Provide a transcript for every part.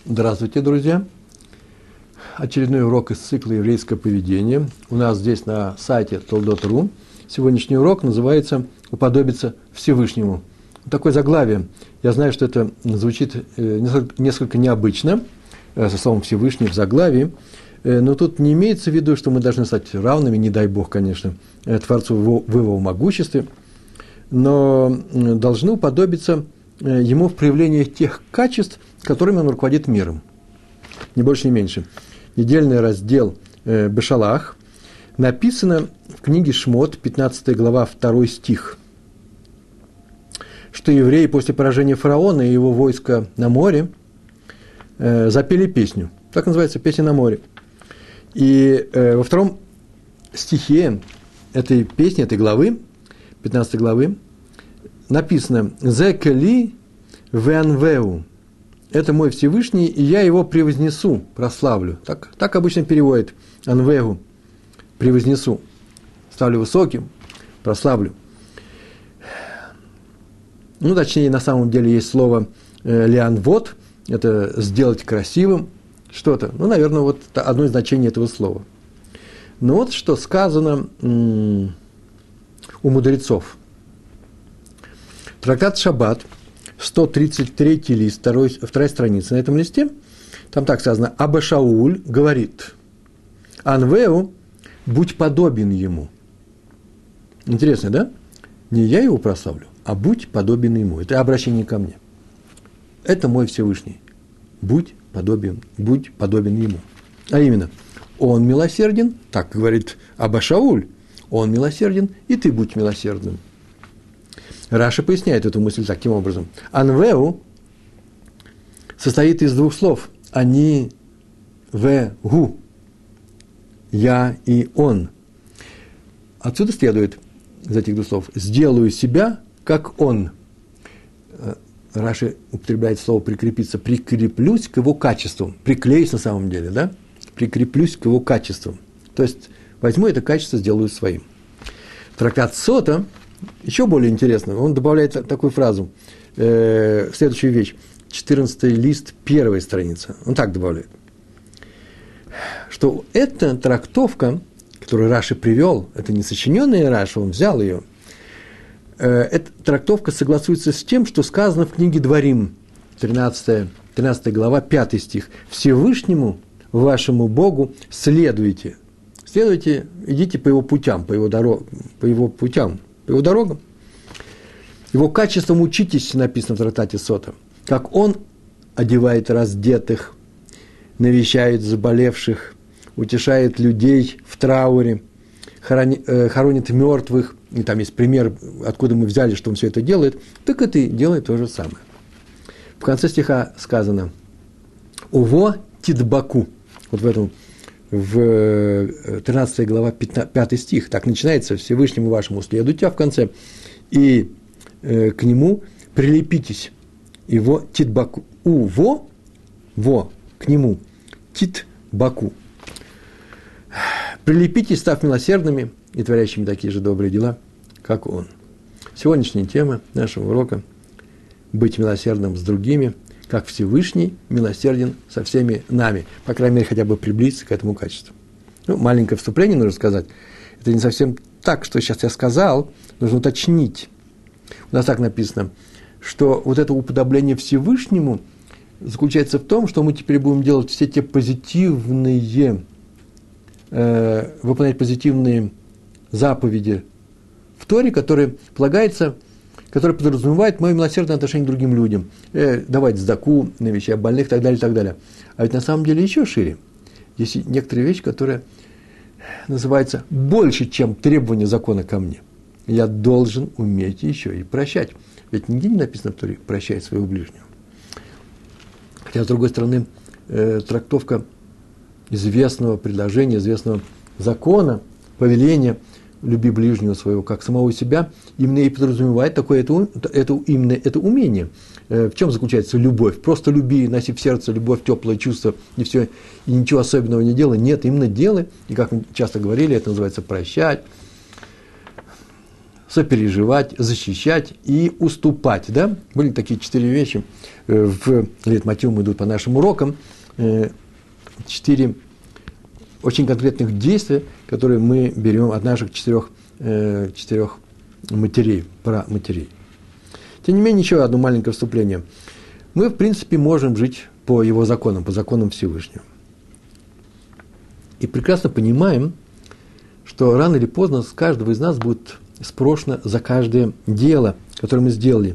Здравствуйте, друзья! Очередной урок из цикла «Еврейское поведение». У нас здесь на сайте Толдот.ру. Сегодняшний урок называется «Уподобиться Всевышнему». Такое заглавие. Я знаю, что это звучит несколько необычно, со словом «Всевышний» в заглавии, но тут не имеется в виду, что мы должны стать равными, не дай Бог, конечно, Творцу в его могуществе, но должны уподобиться Ему в проявлении тех качеств, которыми Он руководит миром. Ни больше, ни меньше. Недельный раздел Бешалах написано в книге Шмот, 15 глава, 2 стих, что евреи после поражения фараона и его войска на море запели песню. Так называется «Песня на море». И во втором стихе этой песни, этой главы, 15 главы, написано «Зекели венвеу». Это мой Всевышний, и я его превознесу, прославлю. Так обычно переводит «анвегу», «превознесу». Ставлю высоким, прославлю. Ну, точнее, на самом деле есть слово «леанвот», это «сделать красивым» что-то. Ну, наверное, вот одно из значений этого слова. Но вот что сказано у мудрецов. Трактат «Шаббат», 133 лист, вторая страница на этом листе, там так сказано: «Аба Шауль говорит, Анвеу, будь подобен ему». Интересно, да? Не я его прославлю, а будь подобен ему. Это обращение ко мне. Это мой Всевышний. Будь подобен ему. А именно, он милосерден, так говорит Аба Шауль, он милосерден, и ты будь милосердным. Раши поясняет эту мысль таким образом. Анвеу состоит из двух слов. Они, вегу, я и он. Отсюда следует из этих двух слов: сделаю себя, как он. Раши употребляет слово прикрепиться. Прикреплюсь к его качествам. Приклеюсь на самом деле, да? Прикреплюсь к его качествам. То есть возьму это качество, сделаю своим. Трактат Сота еще более интересно, он добавляет такую фразу, следующую вещь, 14 лист, первая страница, он так добавляет, что эта трактовка, которую Раши привел, это не сочиненная Раши, он взял ее, эта трактовка согласуется с тем, что сказано в книге Дворим, 13 глава, 5 стих, «Всевышнему, вашему Богу, следуйте». Следуйте, идите по его путям, по его дорогам. Его качеством учитесь, написано в трактате Сота. Как он одевает раздетых, навещает заболевших, утешает людей в трауре, хоронит мертвых. И там есть пример, откуда мы взяли, что он все это делает. Так и ты делай то же самое. В конце стиха сказано «Уво тидбаку». Вот в 13 глава, 5 стих, так начинается: «Всевышнему вашему следуйте», а в конце «и к нему прилепитесь». Его титбаку. К нему титбаку. Прилепитесь, став милосердными и творящими такие же добрые дела, как он. Сегодняшняя тема нашего урока – быть милосердным с другими, как Всевышний милосерден со всеми нами. По крайней мере, хотя бы приблизиться к этому качеству. Ну, маленькое вступление нужно сказать. Это не совсем так, что сейчас я сказал, нужно уточнить. У нас так написано, что вот это уподобление Всевышнему заключается в том, что мы теперь будем делать все те позитивные, выполнять позитивные заповеди в Торе, которые подразумевает мое милосердное отношение к другим людям, давать цдаку, навещать больных и так далее, и так далее. А ведь на самом деле еще шире. Есть некоторые вещи, которые называются больше, чем требования закона ко мне. Я должен уметь еще и прощать. Ведь нигде не написано в Торе «прощай своего ближнего». Хотя, с другой стороны, трактовка известного предложения, известного закона, повеления «люби ближнего своего, как самого себя», именно и подразумевает такое это умение. В чем заключается любовь? Просто люби, носи в сердце любовь, теплое чувство, и все, и ничего особенного не делай. Нет, именно делай, и как мы часто говорили, это называется прощать. сопереживать, защищать и уступать. Да? Были такие 4 вещи. В Лейтмотиве идут по нашим урокам. 4 очень конкретных действия, которые мы берем от наших 4 матерей, праматерей. Тем не менее, еще одно маленькое вступление. Мы, в принципе, можем жить по его законам, по законам Всевышнего. И прекрасно понимаем, что рано или поздно с каждого из нас будет спрошено за каждое дело, которое мы сделали.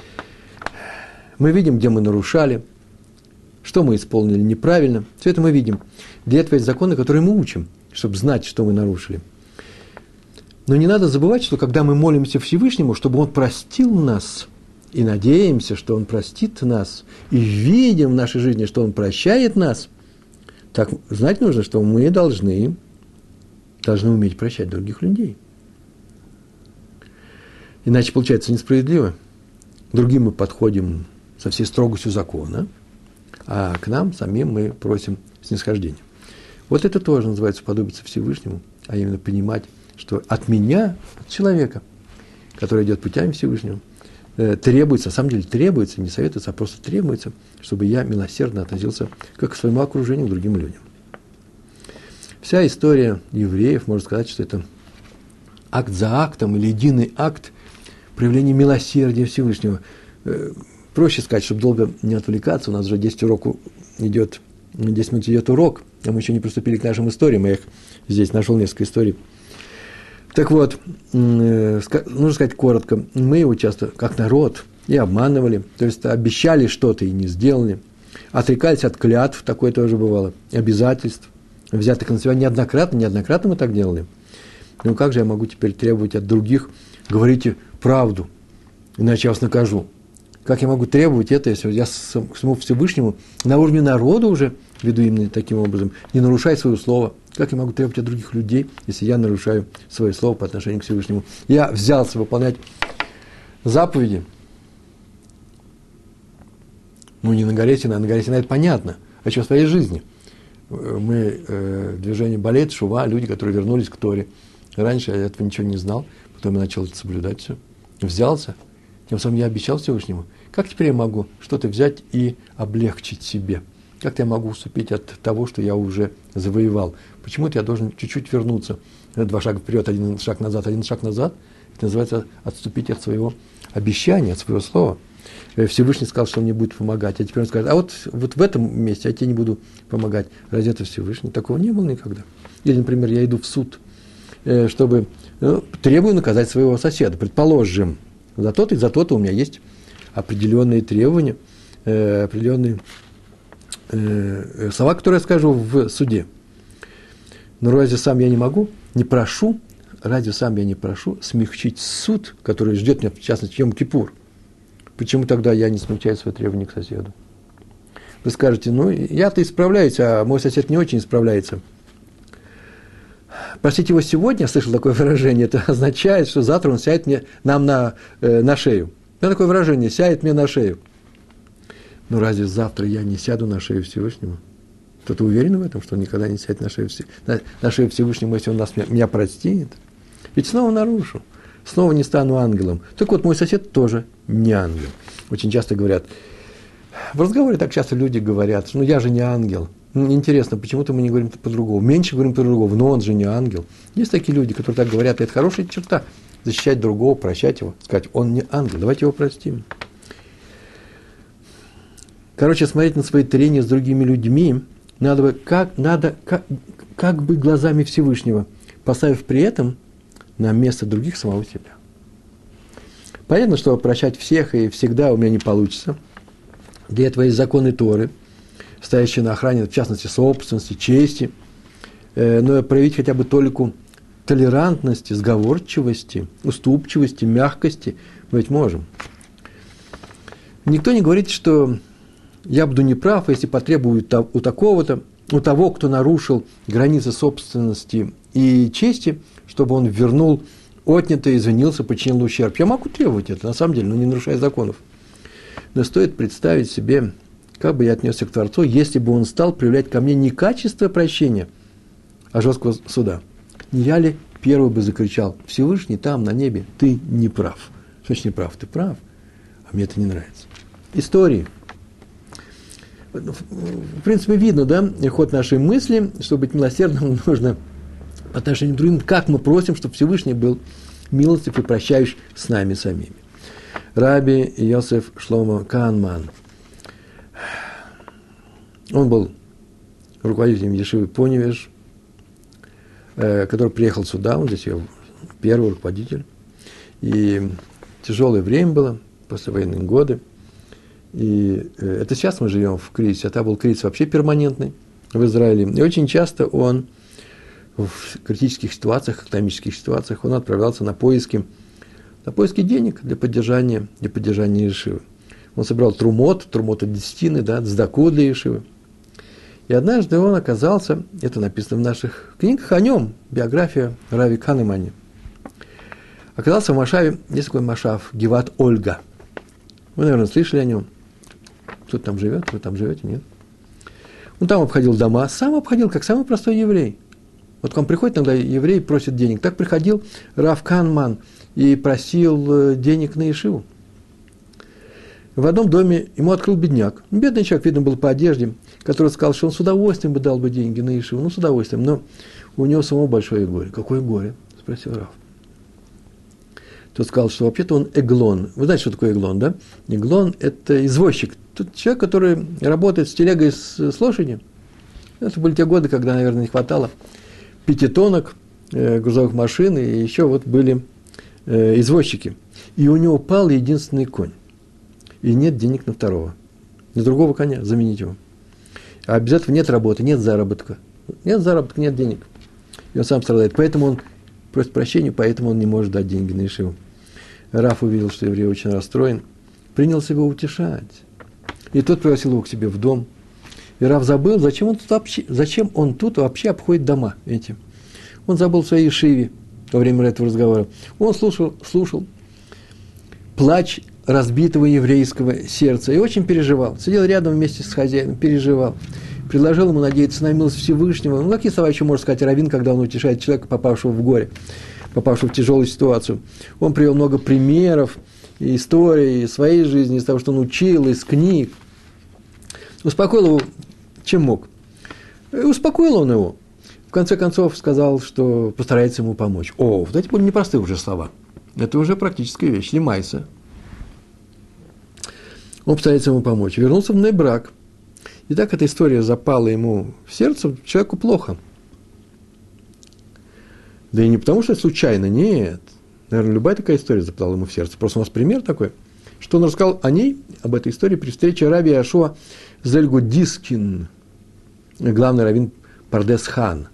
Мы видим, где мы нарушали, что мы исполнили неправильно. Все это мы видим. Для этого есть законы, которые мы учим, чтобы знать, что мы нарушили. Но не надо забывать, что когда мы молимся Всевышнему, чтобы Он простил нас, и надеемся, что Он простит нас, и видим в нашей жизни, что Он прощает нас, так знать нужно, что мы должны уметь прощать других людей. Иначе получается несправедливо. К другим мы подходим со всей строгостью закона, а к нам самим мы просим снисхождения. Вот это тоже называется подобиться Всевышнему, а именно понимать, что от меня, от человека, который идет путями Всевышнего, требуется, на самом деле требуется, не советуется, а просто требуется, чтобы я милосердно относился как к своему окружению, к другим людям. Вся история евреев, можно сказать, что это акт за актом или единый акт проявления милосердия Всевышнего. Проще сказать, чтобы долго не отвлекаться, у нас уже 10 минут идет урок, а мы еще не приступили к нашим историям, я их здесь нашел несколько историй. Так вот, нужно сказать коротко, мы его часто, как народ, и обманывали, то есть обещали что-то и не сделали, отрекались от клятв, такое тоже бывало, обязательств, взятых на себя неоднократно мы так делали. Ну как же я могу теперь требовать от других, говорите правду, иначе я вас накажу. Как я могу требовать это, если я самому Всевышнему на уровне народа уже веду именно таким образом, не нарушая свое слово? Как я могу требовать от других людей, если я нарушаю свое слово по отношению к Всевышнему? Я взялся выполнять заповеди. Ну, не на горе Синай, на горе Синай это понятно, а еще в своей жизни. Мы в движении Балет, Шува, люди, которые вернулись к Торе. Раньше я этого ничего не знал, потом я начал это соблюдать все. Взялся, тем самым я обещал Всевышнему. Как теперь я могу что-то взять и облегчить себе? Как я могу уступить от того, что я уже завоевал? Почему-то я должен чуть-чуть вернуться. 2 шага вперед, 1 шаг назад, 1 шаг назад. Это называется отступить от своего обещания, от своего слова. Всевышний сказал, что он мне будет помогать. А теперь он скажет, а вот в этом месте я тебе не буду помогать. Разве это Всевышний? Такого не было никогда. Или, например, я иду в суд, чтобы требую наказать своего соседа. Предположим, за то-то и за то-то у меня есть определенные требования, определенные слова, которые я скажу в суде. Но разве сам я не могу, не прошу, смягчить суд, который ждет меня, в частности, Йом-Кипур? Почему тогда я не смягчаю свои требования к соседу? Вы скажете, ну, я-то исправляюсь, а мой сосед не очень исправляется. Простите его сегодня, я слышал такое выражение, это означает, что завтра он сядет нам на шею. У меня такое выражение, сядет мне на шею. Но разве завтра я не сяду на шею Всевышнему? Кто-то уверен в этом, что он никогда не сядет на шею Всевышнему, если он меня простит? Ведь снова нарушу, снова не стану ангелом. Так вот, мой сосед тоже не ангел. Очень часто говорят, в разговоре так часто люди говорят, ну я же не ангел. Интересно, почему-то мы не говорим по-другому. Меньше говорим по-другому, но он же не ангел. Есть такие люди, которые так говорят, и это хорошая черта. Защищать другого, прощать его, сказать, он не ангел, давайте его простим. Короче, смотреть на свои трения с другими людьми надо как бы глазами Всевышнего, поставив при этом на место других самого себя. Понятно, что прощать всех и всегда у меня не получится. Для этого есть законы Торы, стоящие на охране, в частности, собственности, чести, но проявить хотя бы толику толерантности, сговорчивости, уступчивости, мягкости мы ведь можем. Никто не говорит, что я буду неправ, если потребую у такого-то, у того, кто нарушил границы собственности и чести, чтобы он вернул отнятое, извинился, починил ущерб. Я могу требовать это, на самом деле, но не нарушая законов. Но стоит представить себе, как бы я отнесся к Творцу, если бы он стал проявлять ко мне не качество прощения, а жесткого суда. Не я ли первый бы закричал: Всевышний там, на небе, ты не прав. Что значит не прав? Ты прав, а мне это не нравится. Истории. В принципе, видно, да, ход нашей мысли. Чтобы быть милосердным, нужно по отношению к другим, как мы просим, чтобы Всевышний был милостив и прощающий с нами самими. Раби Йосеф Шломо Каанман. Он был руководителем Ешивы Поневеж, который приехал сюда, он здесь ее первый руководитель. И тяжелое время было, послевоенные годы. И это сейчас мы живем в кризисе, а там был кризис вообще перманентный в Израиле. И очень часто он в критических ситуациях, экономических ситуациях, он отправлялся на поиски денег для поддержания Ешивы. Он собирал трумот от десятины, да, цдаку для Ешивы. И однажды он оказался, это написано в наших книгах о нем, биография Рави Канемани, оказался в Машаве, есть такой Машав, Гиват Ольга. Вы, наверное, слышали о нем. Кто-то там живет, вы там живете, нет? Он там обходил дома, сам обходил, как самый простой еврей. Вот к вам приходит иногда еврей, просит денег. Так приходил Рав Канман и просил денег на Ешиву. В одном доме ему открыл бедняк. Бедный человек, видно, был по одежде, который сказал, что он с удовольствием бы дал бы деньги на Ешиву. Ну, с удовольствием, но у него самого большое горе. Какое горе? Спросил Рав. Тот сказал, что вообще-то он эглон. Вы знаете, что такое эглон, да? Эглон – это извозчик. Тут человек, который работает с телегой с лошадью. Это были те годы, когда, наверное, не хватало пятитонок, грузовых машин, и еще вот были извозчики. И у него пал единственный конь. И нет денег на второго. На другого коня заменить его. А без этого нет работы, нет заработка. Нет заработка, нет денег. И он сам страдает. Поэтому он просит прощения, поэтому он не может дать деньги на Ешиву. Раф увидел, что еврей очень расстроен, принялся его утешать. И тот пригласил его к себе в дом. И Раф забыл, зачем он тут вообще обходит дома эти. Он забыл в своей Ешиве во время этого разговора. Он слушал плач разбитого еврейского сердца и очень переживал. Сидел рядом вместе с хозяином, переживал. Предложил ему надеяться на милость Всевышнего. Ну, какие слова еще может сказать раввин, когда он утешает человека, попавшего в горе, попавшего в тяжелую ситуацию. Он привел много примеров, историй своей жизни, из того, что он учил, из книг. Успокоил его, чем мог. И успокоил он его. В конце концов сказал, что постарается ему помочь. Вот эти были непростые уже слова. Это уже практическая вещь, лимайса. Он постарается ему помочь. Вернулся в Нейбрак. И так эта история запала ему в сердце, человеку плохо. Да и не потому, что случайно, нет. Наверное, любая такая история запала ему в сердце. Просто у нас пример такой, что он рассказал о ней, об этой истории, при встрече раби Йошуа Зельгудискин, главный раввин Пардес-Хана.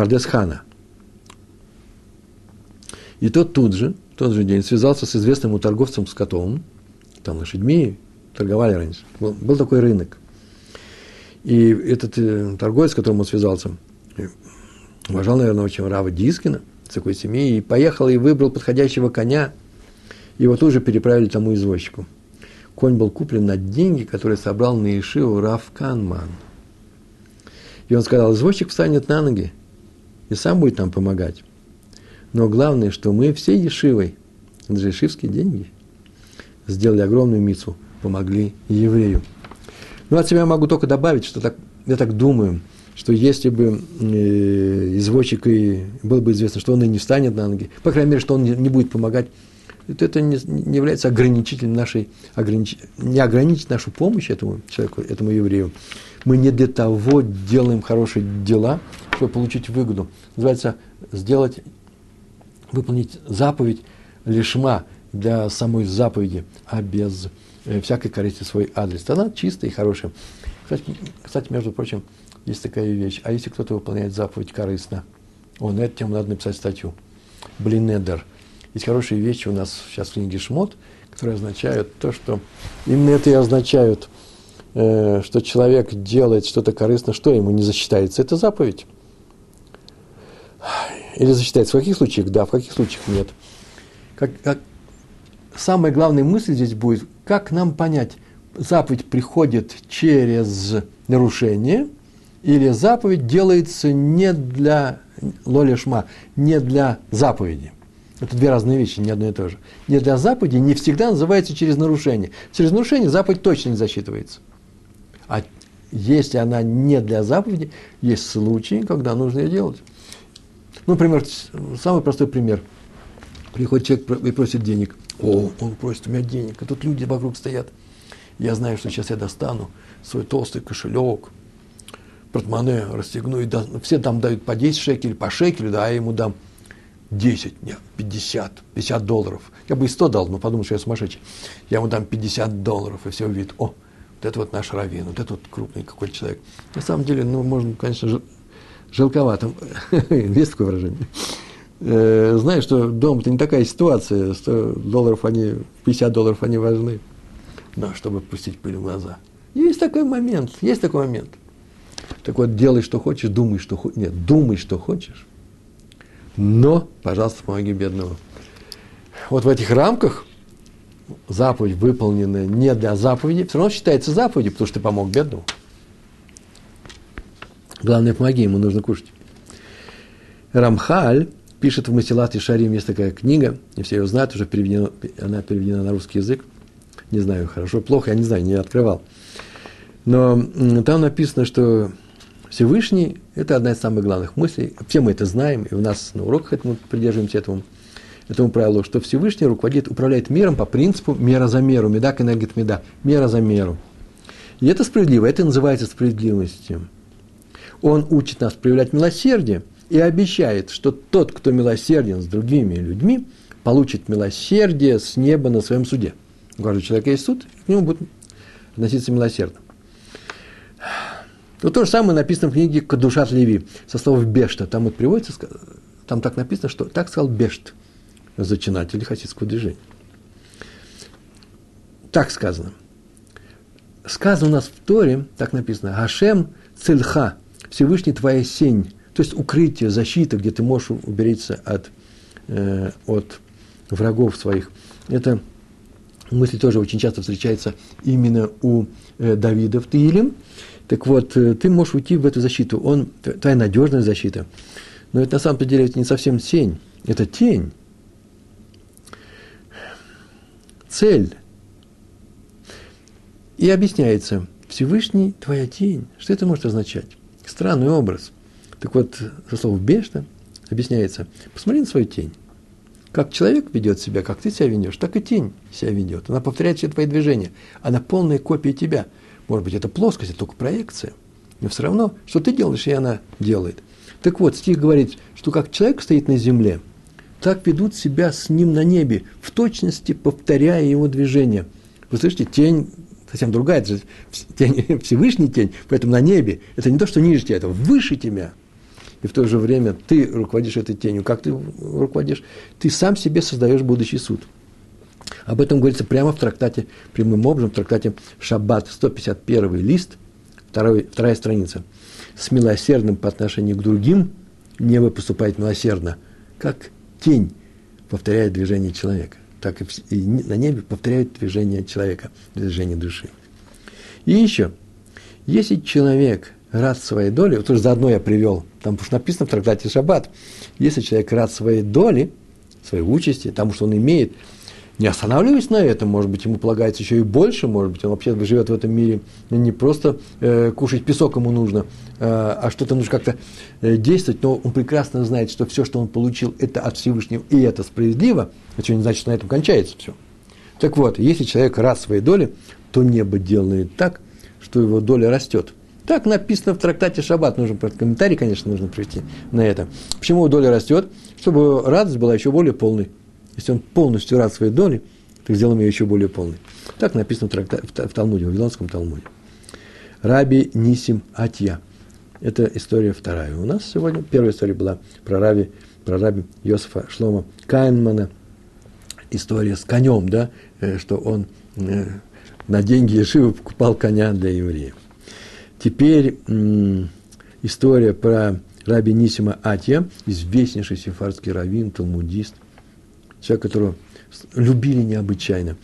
И тот в тот же день связался с известным ему торговцем скотовым, там лошадьми торговали раньше, был такой рынок. И этот торговец, с которым он связался, уважал, наверное, очень Рава Дискина, с такой семьей, и поехал и выбрал подходящего коня, и его тут же переправили тому извозчику. Конь был куплен на деньги, которые собрал на Ешиву Рав Канман. И он сказал, извозчик встанет на ноги и сам будет нам помогать. Но главное, что мы всей Ешивой, это же ешивские деньги, сделали огромную мицву, помогли еврею. Ну, от себя могу только добавить, что я так думаю, что если бы извозчик и было бы известно, что он и не встанет на ноги, по крайней мере, что он не будет помогать, это не является ограничителем не ограничить нашу помощь этому человеку, этому еврею. Мы не для того делаем хорошие дела, чтобы получить выгоду. Называется выполнить заповедь лишма для самой заповеди, а без всякой корысти в свой адрес. Она чистая и хорошая. Кстати, между прочим, есть такая вещь. А если кто-то выполняет заповедь корыстно, на эту тему надо написать статью. Блинедер. Есть хорошие вещи у нас сейчас в книге Шмот, которые означают то, что именно это и означают, что человек делает что-то корыстно, что ему не засчитается. Это заповедь. Или засчитается. В каких случаях да, в каких случаях нет. Самая главная мысль здесь будет, как нам понять, заповедь приходит через нарушение, или заповедь делается не для лоля шма, не для заповеди. Это две разные вещи, не одно и то же. Не для заповеди не всегда называется через нарушение. Через нарушение заповедь точно не засчитывается. А если она не для заповеди, есть случаи, когда нужно ее делать. Ну, например, самый простой пример. Приходит человек и просит денег. О, он просит у меня денег, а тут люди вокруг стоят. Я знаю, что сейчас я достану свой толстый кошелек, портмоне расстегну, и все там дают по 10 шекелей, по шекелю, да, я ему дам 10, нет, 50 долларов. Я бы и 100 дал, но подумал, что я сумасшедший. Я ему дам $50, и все увидят. О, вот это вот наш раввин, вот это вот крупный какой-то человек. На самом деле, ну, можно, конечно, жалковато. Есть такое выражение. Знаешь, что дома это не такая ситуация, $100, $50 они важны, но чтобы пустить пыль в глаза. Есть такой момент. Так вот, делай, что хочешь, думай, что хочешь. Нет, думай, что хочешь, но, пожалуйста, помоги бедному. Вот в этих рамках заповедь, выполненная не для заповеди, все равно считается заповедью, потому что ты помог бедному. Главное, помоги, ему нужно кушать. Рамхаль пишет в Масилат Ешарим, есть такая книга, и все ее знают, уже она переведена на русский язык. Не знаю, хорошо, плохо, я не знаю, не открывал. Но там написано, что Всевышний – это одна из самых главных мыслей. Все мы это знаем, и у нас на уроках мы придерживаемся этому правилу, что Всевышний управляет миром по принципу мера за меру, медак энергет меда, мера за меру. И это справедливо, это называется справедливостью. Он учит нас проявлять милосердие и обещает, что тот, кто милосерден с другими людьми, получит милосердие с неба на своем суде. У каждого человека есть суд, к нему будет относиться милосердно. То же самое написано в книге «Кадушат Леви» со слов «бешта». Там вот приводится, там так написано, что так сказал бешт, зачинатель хасидского движения. Так сказано. Сказано у нас в Торе, так написано, «Гашем цильха», Всевышний твоя сень, то есть укрытие, защита, где ты можешь уберечься от врагов своих. Эта мысль тоже очень часто встречается именно у Давида в Таилим. Так вот, ты можешь уйти в эту защиту, твоя надежная защита. Но это на самом деле это не совсем сень, это тень. Цель. И объясняется, Всевышний твоя тень. Что это может означать? Странный образ. Так вот, со слов бешта объясняется, посмотри на свою тень. Как человек ведет себя, как ты себя ведешь, так и тень себя ведет. Она повторяет все твои движения. Она полная копия тебя. Может быть, это плоскость, это только проекция. Но все равно, что ты делаешь, и она делает. Так вот, стих говорит, что как человек стоит на земле, так ведут себя с ним на небе, в точности повторяя его движения. Вы слышите, тень совсем другая, это же тень, Всевышний тень, поэтому на небе. Это не то, что ниже тебя, это выше тебя. И в то же время ты руководишь этой тенью. Как ты руководишь? Ты сам себе создаешь будущий суд. Об этом говорится прямо в трактате, прямым образом, в трактате Шаббат, 151 лист, вторая страница. С милосердным по отношению к другим небо поступает милосердно, как тень повторяет движение человека. Так и на небе повторяют движение человека, движение души. И еще, если человек рад своей доле, вот тоже заодно я привел, там потому что написано в трактате Шаббат, если человек рад своей доли, своей участи, тому, что он имеет, не останавливаясь на этом, может быть, ему полагается еще и больше, может быть, он вообще живет в этом мире, не просто кушать песок ему нужно, а что-то нужно как-то действовать, но он прекрасно знает, что все, что он получил, это от Всевышнего, и это справедливо, это не значит, что на этом кончается все. Так вот, если человек рад своей доле, то небо делает так, что его доля растет. Так написано в трактате Шаббат, нужно комментарий, конечно, нужно привести на это. Почему доля растет? Чтобы радость была еще более полной. Если он полностью рад своей доле, то сделаем ее еще более полной. Так написано в Талмуде, в Вавилонском Талмуде. Раби Нисим Атья. Это история вторая. У нас сегодня первая история была про раби Йосефа Шломо Кайнмана. История с конем, да, что он на деньги Ешивы покупал коня для евреев. Теперь история про раби Нисима Атья, известнейший сефардский раввин, талмудист, человек, которого любили необычайно.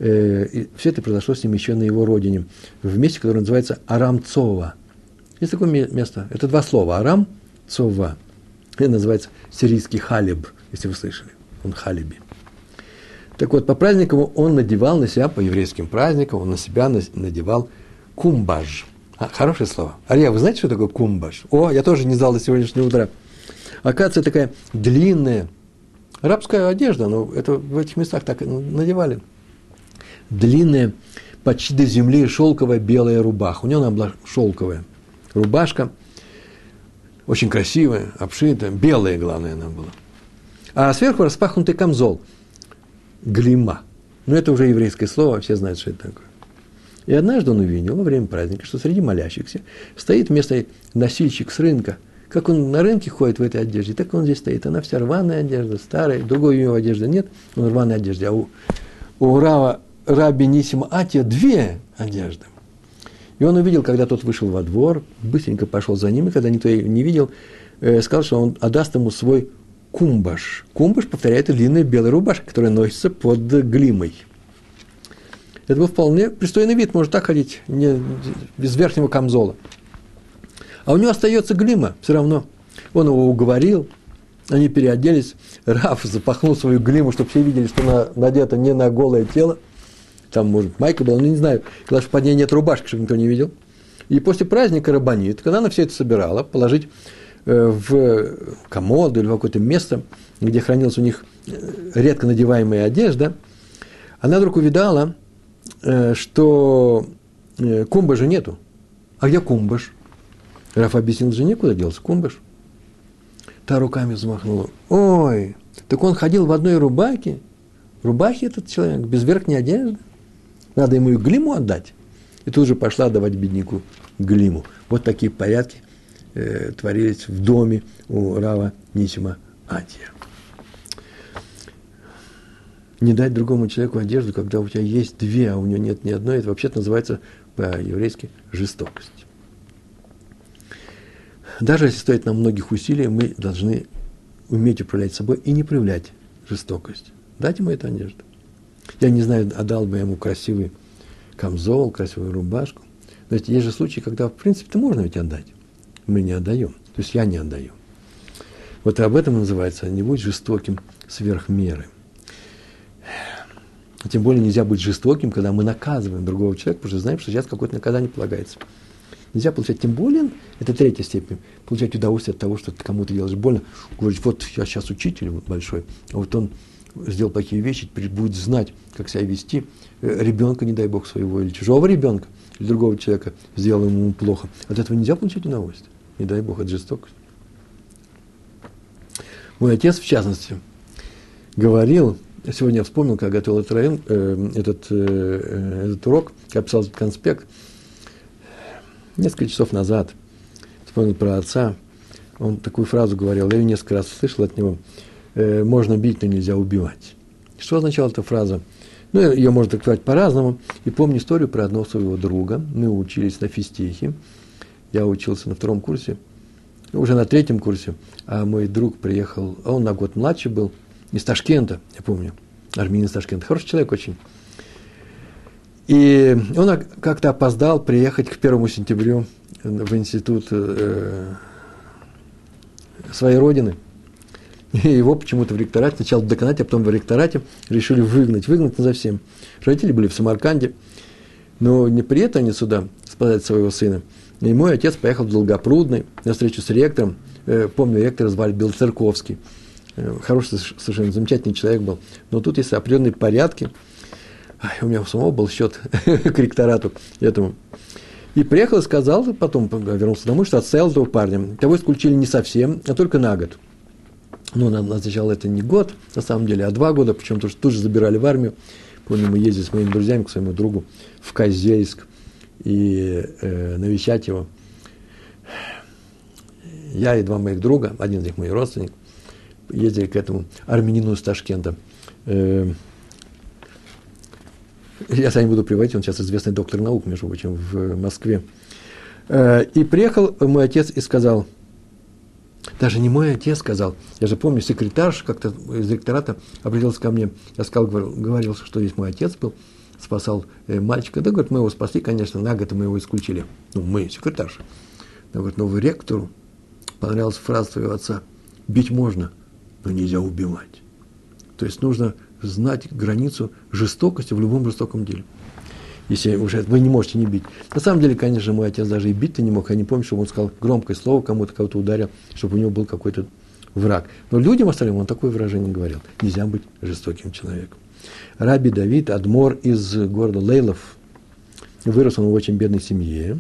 И все это произошло с ним еще на его родине, в месте, которое называется Арам Цова. Есть такое место, это два слова, Арам Цова. Это называется сирийский халиб, если вы слышали. Он халиби. Так вот, по праздникам он надевал на себя, по еврейским праздникам, он на себя надевал кумбаж. Хорошее слово. Ария, вы знаете, что такое кумбаж? Я тоже не знал до сегодняшнего утра. Оказывается, такая длинная арабская одежда, но это в этих местах так надевали. Длинная, почти до земли шелковая белая рубаха. У него она была шелковая рубашка, очень красивая, обшитая, белая, главное, она была. А сверху распахнутый камзол, глима. Это уже еврейское слово, все знают, что это такое. И однажды он увидел во время праздника, что среди молящихся стоит вместо носильщик с рынка. Как он на рынке ходит в этой одежде, так он здесь стоит. Она вся рваная одежда, старая, другой у него одежды нет, он в рваной одежде. А у Раби Нисима Атия две одежды. И он увидел, когда тот вышел во двор, быстренько пошел за ним, и когда никто его не видел, сказал, что он отдаст ему свой кумбаш. Кумбаш, повторяет, длинная белая рубашка, которая носится под глимой. Это был вполне пристойный вид, может так ходить, без верхнего камзола. А у него остается глима все равно. Он его уговорил, они переоделись, Рав запахнул свою глиму, чтобы все видели, что она надета не на голое тело. Там, может, майка была, не знаю. Главное, что под ней нет рубашки, чтобы никто не видел. И после праздника рабанит, когда она все это собирала, положить в комоду или в какое-то место, где хранилась у них редко надеваемая одежда, она вдруг увидала, что кумбажа нету. А где кумбаш? Раф объяснил жене, куда делся кумбаш. Та руками взмахнула. Ой, так он ходил в одной рубахе этот человек, без верхней одежды. Надо ему и глиму отдать. И тут же пошла отдавать бедняку глиму. Вот такие порядки творились в доме у Рава Нисима Атия. Не дать другому человеку одежду, когда у тебя есть две, а у него нет ни одной, это вообще-то называется по-еврейски жестокость. Даже если стоит нам многих усилий, мы должны уметь управлять собой и не проявлять жестокость. Дать ему эту одежду. Я не знаю, отдал бы ему красивый камзол, красивую рубашку. Но есть же случаи, когда, в принципе, можно ведь отдать. Мы не отдаем. То есть я не отдаю. Вот об этом называется «не будь жестоким сверх меры». Тем более нельзя быть жестоким, когда мы наказываем другого человека, потому что знаем, что сейчас какое-то наказание полагается. Нельзя получать, тем более, это третья степень, получать удовольствие от того, что ты кому-то делаешь больно. Говорить, вот я сейчас учитель большой, а вот он сделал такие вещи, теперь будет знать, как себя вести. Ребенка, не дай бог, своего, или чужого ребенка, или другого человека сделал ему плохо. От этого нельзя получать удовольствие. Не дай бог, это жестокость. Мой отец, в частности, говорил, сегодня я вспомнил, когда готовил этот урок, я писал этот конспект, несколько часов назад, вспомнил про отца, он такую фразу говорил, я ее несколько раз слышал от него, можно бить, но нельзя убивать. Что означала эта фраза? Ее можно трактовать по-разному. И помню историю про одного своего друга. Мы учились на физтехе. Я учился на 2 курсе, уже на 3 курсе. А мой друг приехал, он на год младше был, из Ташкента, я помню, армянин из Ташкента. Хороший человек очень. И он как-то опоздал приехать к 1 сентябрю в институт своей родины. И его почему-то в ректорате, сначала в деканате, а потом в ректорате решили выгнать назовсем. Родители были в Самарканде, но не приехали они сюда спасать своего сына. И мой отец поехал в Долгопрудный на встречу с ректором. Помню, ректора звали Белоцерковский. Хороший, совершенно замечательный человек был. Но тут есть определенные порядки. У меня у самого был счет к ректорату этому. И приехал и сказал, потом вернулся домой, что отстоял этого парня. Того исключили не совсем, а только на год. Нам означало это не год, на самом деле, а 2 года, причем тут же забирали в армию. Помню, мы ездили с моими друзьями к своему другу в Козельск и навещать его. Я и 2 моих друга, один из них мой родственник, ездили к этому армянину из Ташкента. Я сам не буду приводить, он сейчас известный доктор наук, между прочим, в Москве. И приехал мой отец и сказал, даже не мой отец сказал, я же помню, секретарша как-то из ректората обратился ко мне, я сказал, говорил, что здесь мой отец был, спасал мальчика. Да, говорит, мы его спасли, конечно, на год мы его исключили. Мы, секретарша. Да, говорит, но ректору понравилась фраза твоего отца, Бить можно, но нельзя убивать. То есть нужно знать границу жестокости в любом жестоком деле. Если уже вы не можете не бить. На самом деле, конечно, мой отец даже и бить-то не мог. Я не помню, чтобы он сказал громкое слово кому-то, кого-то ударил, чтобы у него был какой-то враг. Но людям остальным он такое выражение говорил. Нельзя быть жестоким человеком. Раби Давид, адмор из города Лейлов. Вырос он в очень бедной семье.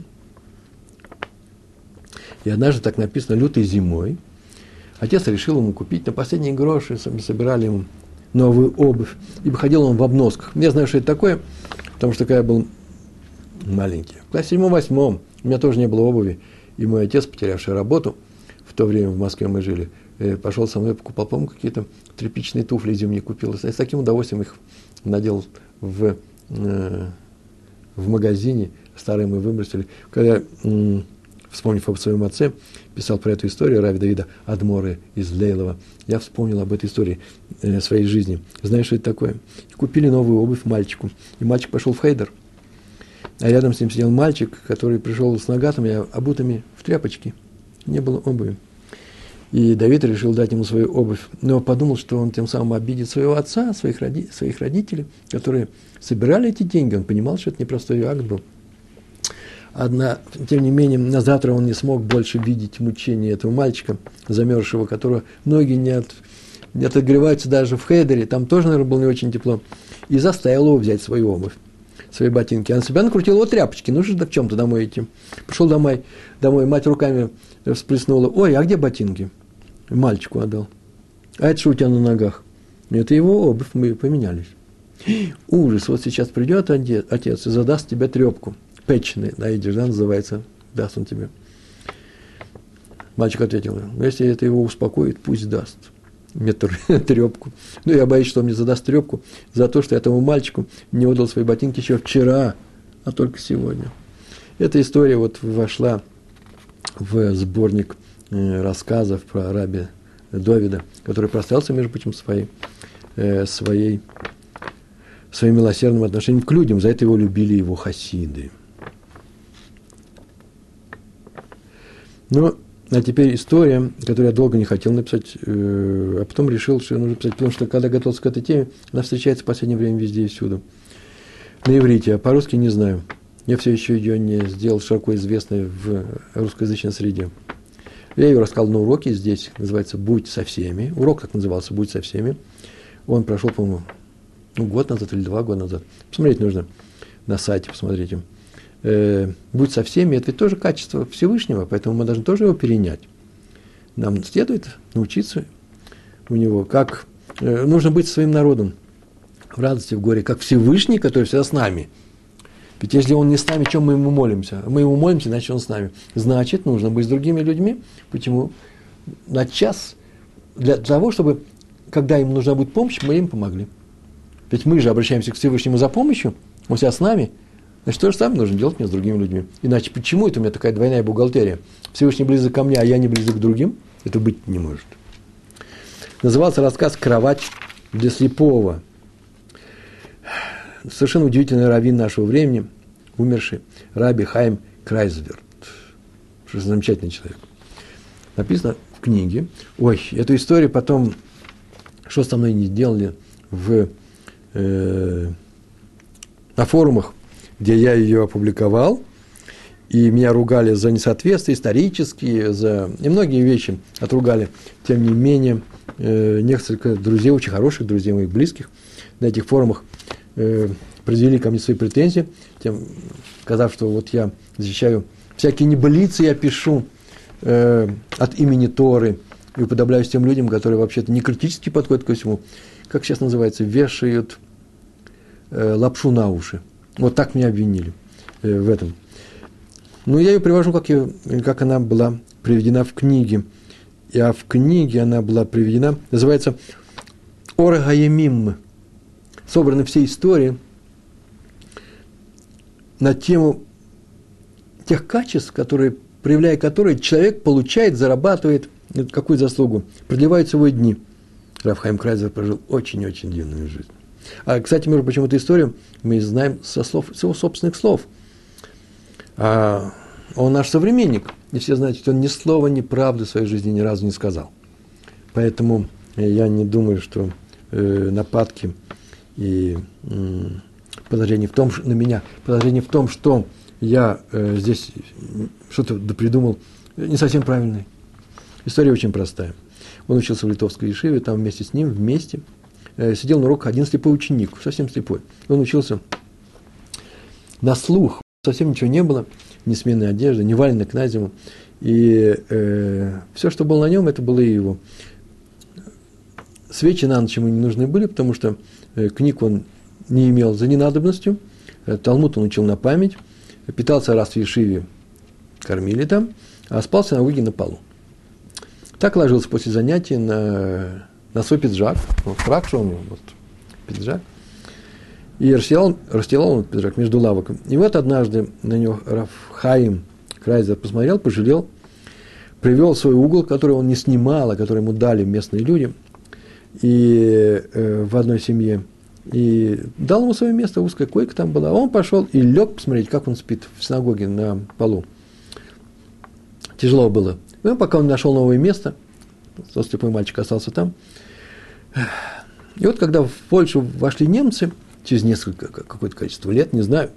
И однажды, так написано, лютой зимой, отец решил ему купить на последние гроши, собирали ему новую обувь. И ходил он в обносках. Я знаю, что это такое, потому что когда я был маленький, в классе 7-8, у меня тоже не было обуви. И мой отец, потерявший работу, в то время в Москве мы жили, пошел со мной, покупал, по-моему, какие-то тряпичные туфли зимние купил. И с таким удовольствием их надел в магазине. Старые мы выбросили. Когда, вспомнив об своем отце, писал про эту историю Рави Давида Адмора из Лейлова, я вспомнил об этой истории своей жизни. Знаешь, что это такое? Купили новую обувь мальчику. И мальчик пошел в хейдер. А рядом с ним сидел мальчик, который пришел с нагатами, обутыми в тряпочки. Не было обуви. И Давид решил дать ему свою обувь, но подумал, что он тем самым обидит своего отца, своих родителей, которые собирали эти деньги. Он понимал, что это непростой акт был. Тем не менее, на завтра он не смог больше видеть мучения этого мальчика, замерзшего, которого ноги не отогреваются даже в хейдере, там тоже, наверное, было не очень тепло, и заставил его взять свою обувь, свои ботинки. А на себя накрутил его тряпочки, ну же в чем-то домой идти. Пришел домой, мать руками всплеснула: ой, а где ботинки? Мальчику отдал. А это что у тебя на ногах? Это его обувь, мы поменялись. Ужас, вот сейчас придет отец и задаст тебе трепку. Печеный, найдешь, да, называется, даст он тебе. Мальчик ответил: ну, если это его успокоит, пусть даст мне трепку. Ну, я боюсь, что он мне задаст трепку за то, что я этому мальчику не отдал свои ботинки еще вчера, а только сегодня. Эта история вот вошла в сборник рассказов про раби Довида, который прославился, между прочим, своим милосердным отношением к людям. За это его любили его хасиды. Ну, а теперь история, которую я долго не хотел написать, а потом решил, что нужно писать, потому что, когда готовился к этой теме, она встречается в последнее время везде и всюду. На иврите, а по-русски не знаю. Я все еще ее не сделал широко известной в русскоязычной среде. Я ее рассказал на уроке здесь, называется «Будь со всеми». Урок так назывался «Будь со всеми». Он прошел, по-моему, год назад или 2 года назад. Посмотреть нужно на сайте, посмотрите. «Будь со всеми» – это ведь тоже качество Всевышнего, поэтому мы должны тоже его перенять. Нам следует научиться у него, как нужно быть со своим народом в радости, в горе, как Всевышний, который всегда с нами. Ведь если он не с нами, чем мы ему молимся? Мы ему молимся, значит, он с нами. Значит, нужно быть с другими людьми. Почему? На час для того, чтобы, когда им нужна будет помощь, мы им помогли. Ведь мы же обращаемся к Всевышнему за помощью, он всегда с нами. Значит, то же самое нужно делать мне с другими людьми. Иначе почему это у меня такая двойная бухгалтерия? Всевышний близок ко мне, а я не близок к другим? Это быть не может. Назывался рассказ «Кровать для слепого». Совершенно удивительный раввин нашего времени, умерший, Раби Хаим Крайзверт. Что за замечательный человек. Написано в книге. Ой, эту историю потом, что со мной не делали на форумах, где я ее опубликовал, и меня ругали за несоответствие исторические, и многие вещи отругали. Тем не менее, несколько друзей, очень хороших друзей, моих близких, на этих форумах предъявили ко мне свои претензии, сказав, что вот я защищаю всякие небылицы, я пишу от имени Торы и уподобляюсь тем людям, которые вообще-то не критически подходят ко всему, как сейчас называется, вешают лапшу на уши. Вот так меня обвинили в этом. Ну, я ее привожу, как она была приведена в книге. А в книге она была приведена, называется «Ор Гаямим». Собраны все истории на тему тех качеств, проявляя которые человек получает, зарабатывает какую заслугу, продлевает свои дни. Рав Хаим Крайзер прожил очень-очень длинную жизнь. А, кстати, между прочим, эту историю мы знаем с его собственных слов. Он наш современник, и все знаете, что он ни слова, ни правды в своей жизни ни разу не сказал. Поэтому я не думаю, что нападки и подозрение в том, на меня, подозрение в том, что я здесь что-то придумал, не совсем правильное. История очень простая. Он учился в литовской ешиве, там вместе с ним, вместе, сидел на уроках один слепой ученик, совсем слепой. Он учился на слух, совсем ничего не было, ни сменной одежды, ни валенок на зиму. И все, что было на нем, это было и его. Свечи на ночь ему не нужны были, потому что книг он не имел за ненадобностью, Талмуд он учил на память, питался раз в ешиве, кормили там, а спал в синагоге на полу. Так ложился после занятий на свой пиджак, вот фрак, что у него, вот пиджак, и расстилал он пиджак между лавок. И вот однажды на него Рав Хаим Крайзер посмотрел, пожалел, привел в свой угол, который он не снимал, а который ему дали местные люди, и в одной семье, и дал ему свое место, узкая койка там была. Он пошел и лег посмотреть, как он спит в синагоге на полу. Тяжело было. И пока он нашел новое место, тот слепой мальчик остался там. И вот когда в Польшу вошли немцы, через какое-то количество лет, не знаю,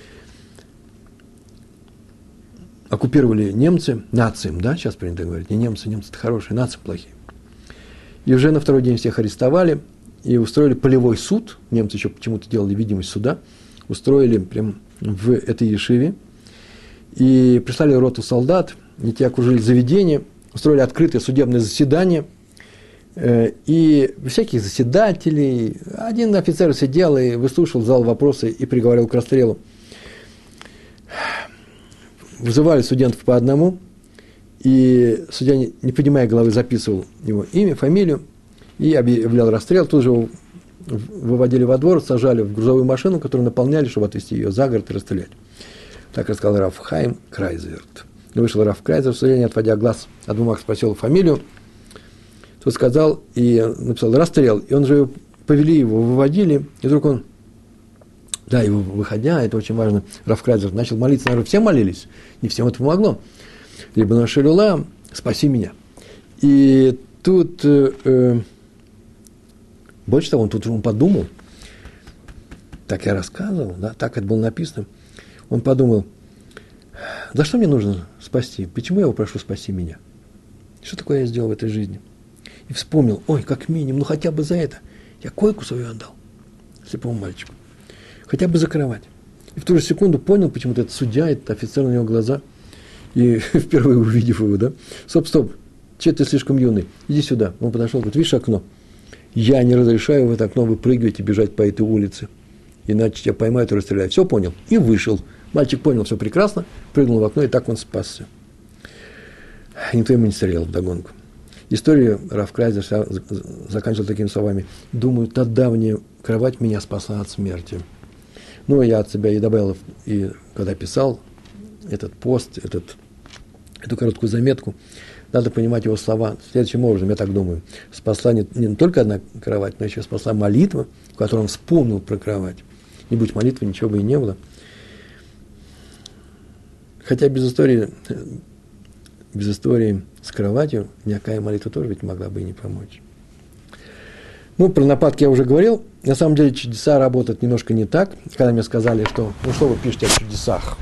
оккупировали немцы, нациям, да, сейчас принято говорить, не немцы, немцы-то хорошие, нации плохие. И уже на второй день всех арестовали и устроили полевой суд. Немцы еще почему-то делали видимость суда. Устроили прямо в этой ешиве. И прислали роту солдат, и те окружили заведение, устроили открытое судебное заседание. И всяких заседателей. Один офицер сидел и выслушал, задал вопросы и приговорил к расстрелу. Вызывали студентов по одному. И судья, не поднимая головы, записывал его имя, фамилию и объявлял расстрел. Тут же его выводили во двор, сажали в грузовую машину, которую наполняли, чтобы отвезти ее за город и расстрелять. Так рассказал Рав Хаим Крайзерт. И вышел Рав Крайзер, в суде, не отводя глаз от бумаг, спросил фамилию. Тот сказал и написал расстрел. И он же повели его, выводили, и вдруг он, да, его выходя, это очень важно, Рав Крайзер начал молиться, наверное, все молились, и всем это помогло. Либо на Шелюла, спаси меня. И тут, больше того, он подумал, так я рассказывал, да, так это было написано, он подумал, за что мне нужно спасти? Почему я его прошу спаси меня? Что такое я сделал в этой жизни? И вспомнил, ой, как минимум, ну хотя бы за это я койку свою отдал слепому мальчику. Хотя бы за кровать. И в ту же секунду понял, почему-то этот судья, этот офицер, на него глаза. И впервые увидев его, да, стоп, че ты слишком юный, иди сюда. Он подошел, говорит, видишь окно? Я не разрешаю в это окно выпрыгивать и бежать по этой улице, иначе тебя поймают и расстреляют. Все понял? И вышел. Мальчик понял все прекрасно, прыгнул в окно, и так он спасся. Никто ему не стрелял вдогонку. Историю Рав Крайзер заканчивал такими словами. Думаю, та давняя кровать меня спасла от смерти. Ну, я от себя и добавил, и когда писал этот пост, эту короткую заметку, надо понимать его слова следующим образом, я так думаю. Спасла не только одна кровать, но еще спасла молитва, в которой он вспомнил про кровать. Не будь молитвы, ничего бы и не было. Хотя без истории с кроватью никакая молитва тоже ведь могла бы и не помочь. Ну, про нападки я уже говорил. На самом деле чудеса работают немножко не так. Когда мне сказали, что, ну что вы пишете о чудесах?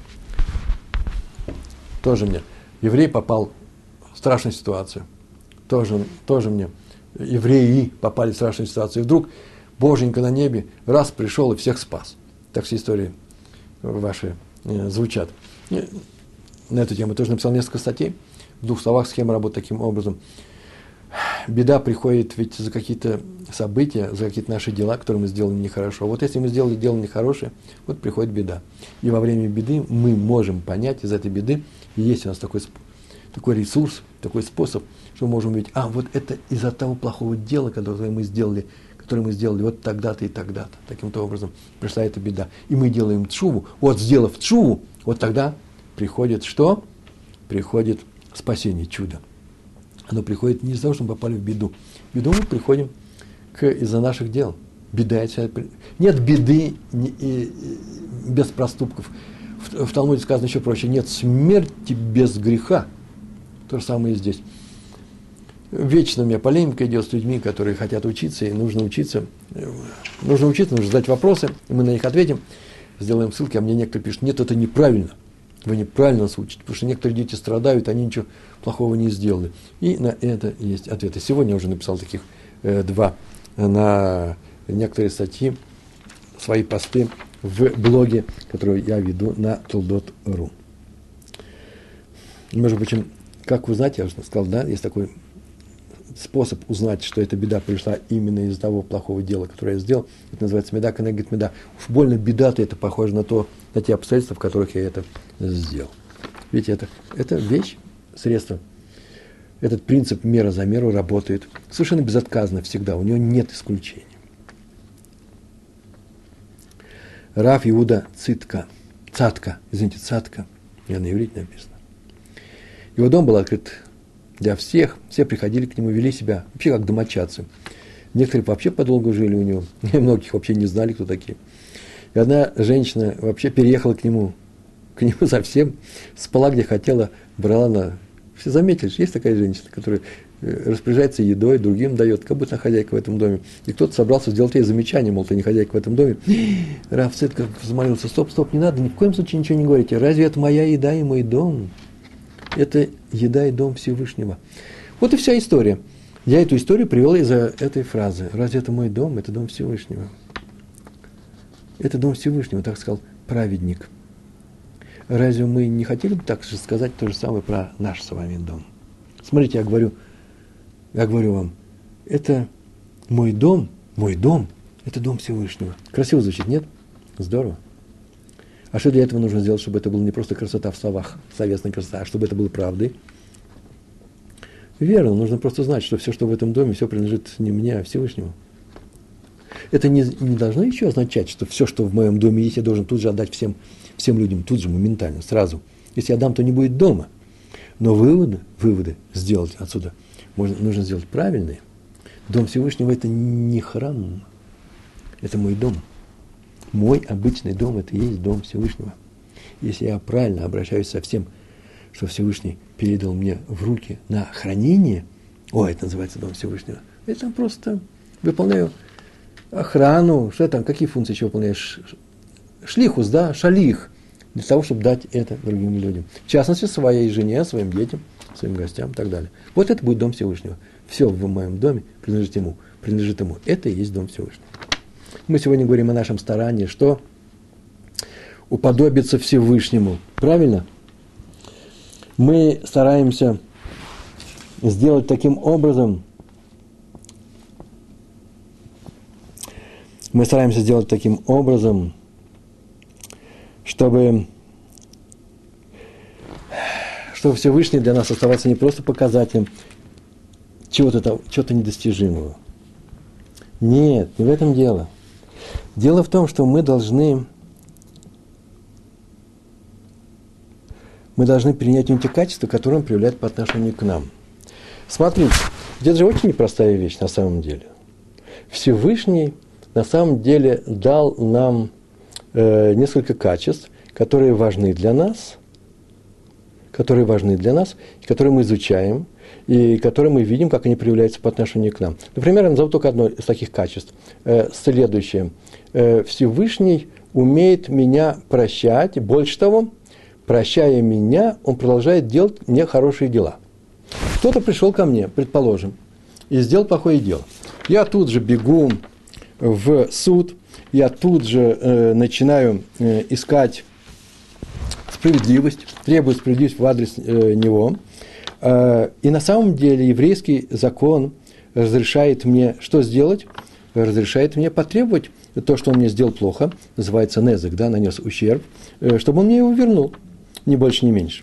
Тоже мне. Еврей попал в страшную ситуацию. Тоже мне. Евреи попали в страшную ситуацию. И вдруг Боженька на небе раз пришел и всех спас. Так все истории ваши звучат. На эту тему я тоже написал несколько статей. В 2 словах схема работает таким образом. Беда приходит ведь за какие-то события, за какие-то наши дела, которые мы сделали нехорошо. Вот если мы сделали дело нехорошее, вот приходит беда. И во время беды мы можем понять из этой беды, и есть у нас такой ресурс, такой способ, что мы можем увидеть, вот это из-за того плохого дела, которое мы сделали вот тогда-то и тогда-то. Таким-то образом пришла эта беда. И мы делаем тшуву. Вот сделав тшуву, вот тогда приходит что? Приходит спасение, чудо. Оно приходит не из-за того, что мы попали в беду. В беду мы приходим из-за наших дел. Беда. Нет беды без проступков. В Талмуде сказано еще проще. Нет смерти без греха. То же самое и здесь. Вечно у меня полемика идет с людьми, которые хотят учиться, и нужно учиться. Нужно задать вопросы, и мы на них ответим, сделаем ссылки, а мне некоторые пишут, нет, это неправильно. Вы неправильно нас учите, потому что некоторые дети страдают, они ничего плохого не сделали. И на это есть ответы. Сегодня я уже написал таких 2 на некоторые статьи, свои посты в блоге, который я веду на toldot.ru. Между прочим, как узнать, я уже сказал, да, есть такой способ узнать, что эта беда пришла именно из-за того плохого дела, которое я сделал. Это называется меда кенегет меда. Уж больно беда-то это похоже на те обстоятельства, в которых я это сделал. Видите, это вещь, средство. Этот принцип мера за меру работает совершенно безотказно всегда, у него нет исключений. Рав Иуда Цатка, я на иврите написано. Его дом был открыт для всех, все приходили к нему, вели себя вообще как домочадцы. Некоторые вообще подолгу жили у него, многих вообще не знали, кто такие. И одна женщина вообще переехала к нему совсем, спала где хотела, брала на... Все заметили, что есть такая женщина, которая распоряжается едой, другим дает, как будто она хозяйка в этом доме. И кто-то собрался сделать ей замечание, мол, ты не хозяйка в этом доме. Рав Цатка взмолился, стоп, не надо, ни в коем случае ничего не говорите. Разве это моя еда и мой дом? Это еда и дом Всевышнего. Вот и вся история. Я эту историю привел из-за этой фразы. Разве это мой дом? Это дом Всевышнего. Это дом Всевышнего, так сказал праведник. Разве мы не хотели бы так же сказать то же самое про наш с вами дом? Смотрите, я говорю вам, это мой дом, это дом Всевышнего. Красиво звучит, нет? Здорово. А что для этого нужно сделать, чтобы это было не просто красота в словах, словесная красота, а чтобы это было правдой? Верно, нужно просто знать, что все, что в этом доме, все принадлежит не мне, а Всевышнему. Это не должно еще означать, что все, что в моем доме есть, я должен тут же отдать всем людям, тут же, моментально, сразу. Если я дам, то не будет дома. Но выводы сделать отсюда нужно сделать правильные. Дом Всевышнего – это не храм, это мой дом. Мой обычный дом – это и есть дом Всевышнего. Если я правильно обращаюсь со всем, что Всевышний передал мне в руки на хранение, это называется дом Всевышнего, я там просто выполняю охрану, что там, какие функции еще выполняешь? Шлихус, да, шалих, для того, чтобы дать это другим людям. В частности, своей жене, своим детям, своим гостям и так далее. Вот это будет дом Всевышнего. Все в моем доме принадлежит ему. Это и есть дом Всевышнего. Мы сегодня говорим о нашем старании, что уподобиться Всевышнему. Правильно? Мы стараемся сделать таким образом, чтобы Всевышний для нас оставался не просто показателем чего-то недостижимого. Нет, не в этом дело. Дело в том, что мы должны принять у него те качества, которые он проявляет по отношению к нам. Смотрите, это же очень непростая вещь на самом деле. Всевышний на самом деле дал нам несколько качеств, которые важны для нас, и которые мы изучаем, и которые мы видим, как они проявляются по отношению к нам. Например, я назову только одно из таких качеств. Следующее. Всевышний умеет меня прощать, больше того, прощая меня, он продолжает делать мне хорошие дела. Кто-то пришел ко мне, предположим, и сделал плохое дело. Я тут же бегу в суд, я тут же начинаю искать справедливость, требую справедливость в адрес него. И на самом деле еврейский закон разрешает мне что сделать? Разрешает мне потребовать то, что он мне сделал плохо, называется незек, да, нанес ущерб, чтобы он мне его вернул, ни больше, ни меньше.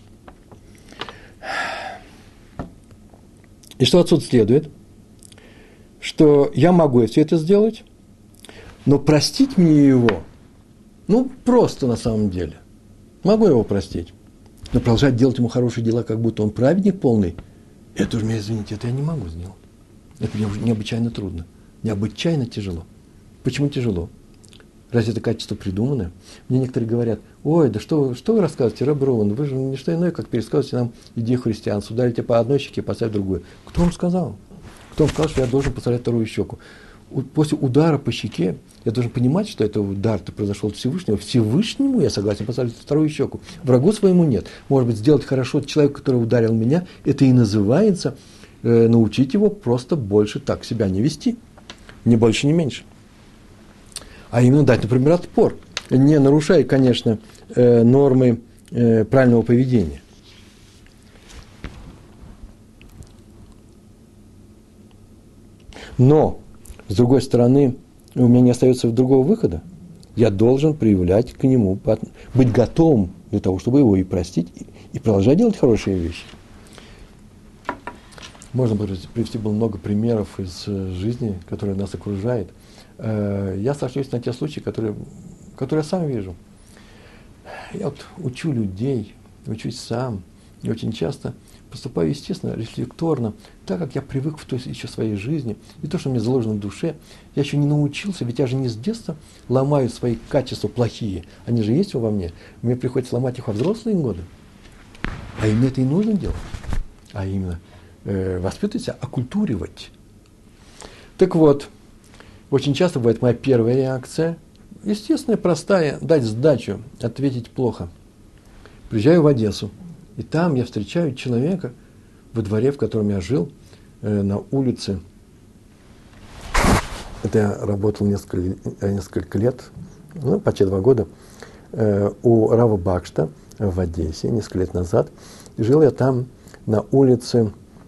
И что отсюда следует? Что я могу все это сделать, но простить мне его, просто на самом деле. Могу его простить. Но продолжать делать ему хорошие дела, как будто он праведник полный, это уже, извините, это я не могу сделать. Это мне уже необычайно трудно, необычайно тяжело. Почему тяжело? Разве это качество придуманное? Мне некоторые говорят: ой, да что вы рассказываете, Ребе Рувен, вы же не что иное, как пересказываете нам идею христианства, ударите по одной щеке, поставить другую. Кто вам сказал? Кто вам сказал, что я должен поставить вторую щеку? После удара по щеке я должен понимать, что это удар-то произошел от Всевышнего. Всевышнему я согласен поставить вторую щеку. Врагу своему нет. Может быть, сделать хорошо человеку, который ударил меня, это и называется научить его просто больше так себя не вести. Ни больше, ни меньше. А именно дать, например, отпор, не нарушая, конечно, нормы правильного поведения. Но, с другой стороны, у меня не остается другого выхода. Я должен проявлять к нему, быть готовым для того, чтобы его и простить, и продолжать делать хорошие вещи. Можно привести было много примеров из жизни, которая нас окружает. Я сошлюсь на те случаи, которые я сам вижу. Я вот учу людей, учусь сам, и очень часто поступаю естественно, рефлекторно, так как я привык в той еще своей жизни, и то, что мне заложено в душе, я еще не научился, ведь я же не с детства ломаю свои качества плохие, они же есть во мне, мне приходится ломать их во взрослые годы. А именно это и нужно делать, а именно воспитывать себя, оккультуривать. Так вот, очень часто бывает моя первая реакция, естественная, простая, дать сдачу, ответить плохо. Приезжаю в Одессу, и там я встречаю человека во дворе, в котором я жил, на улице. Это я работал несколько лет, почти 2 года, у Рава Бакшта в Одессе, несколько лет назад. И жил я там на улице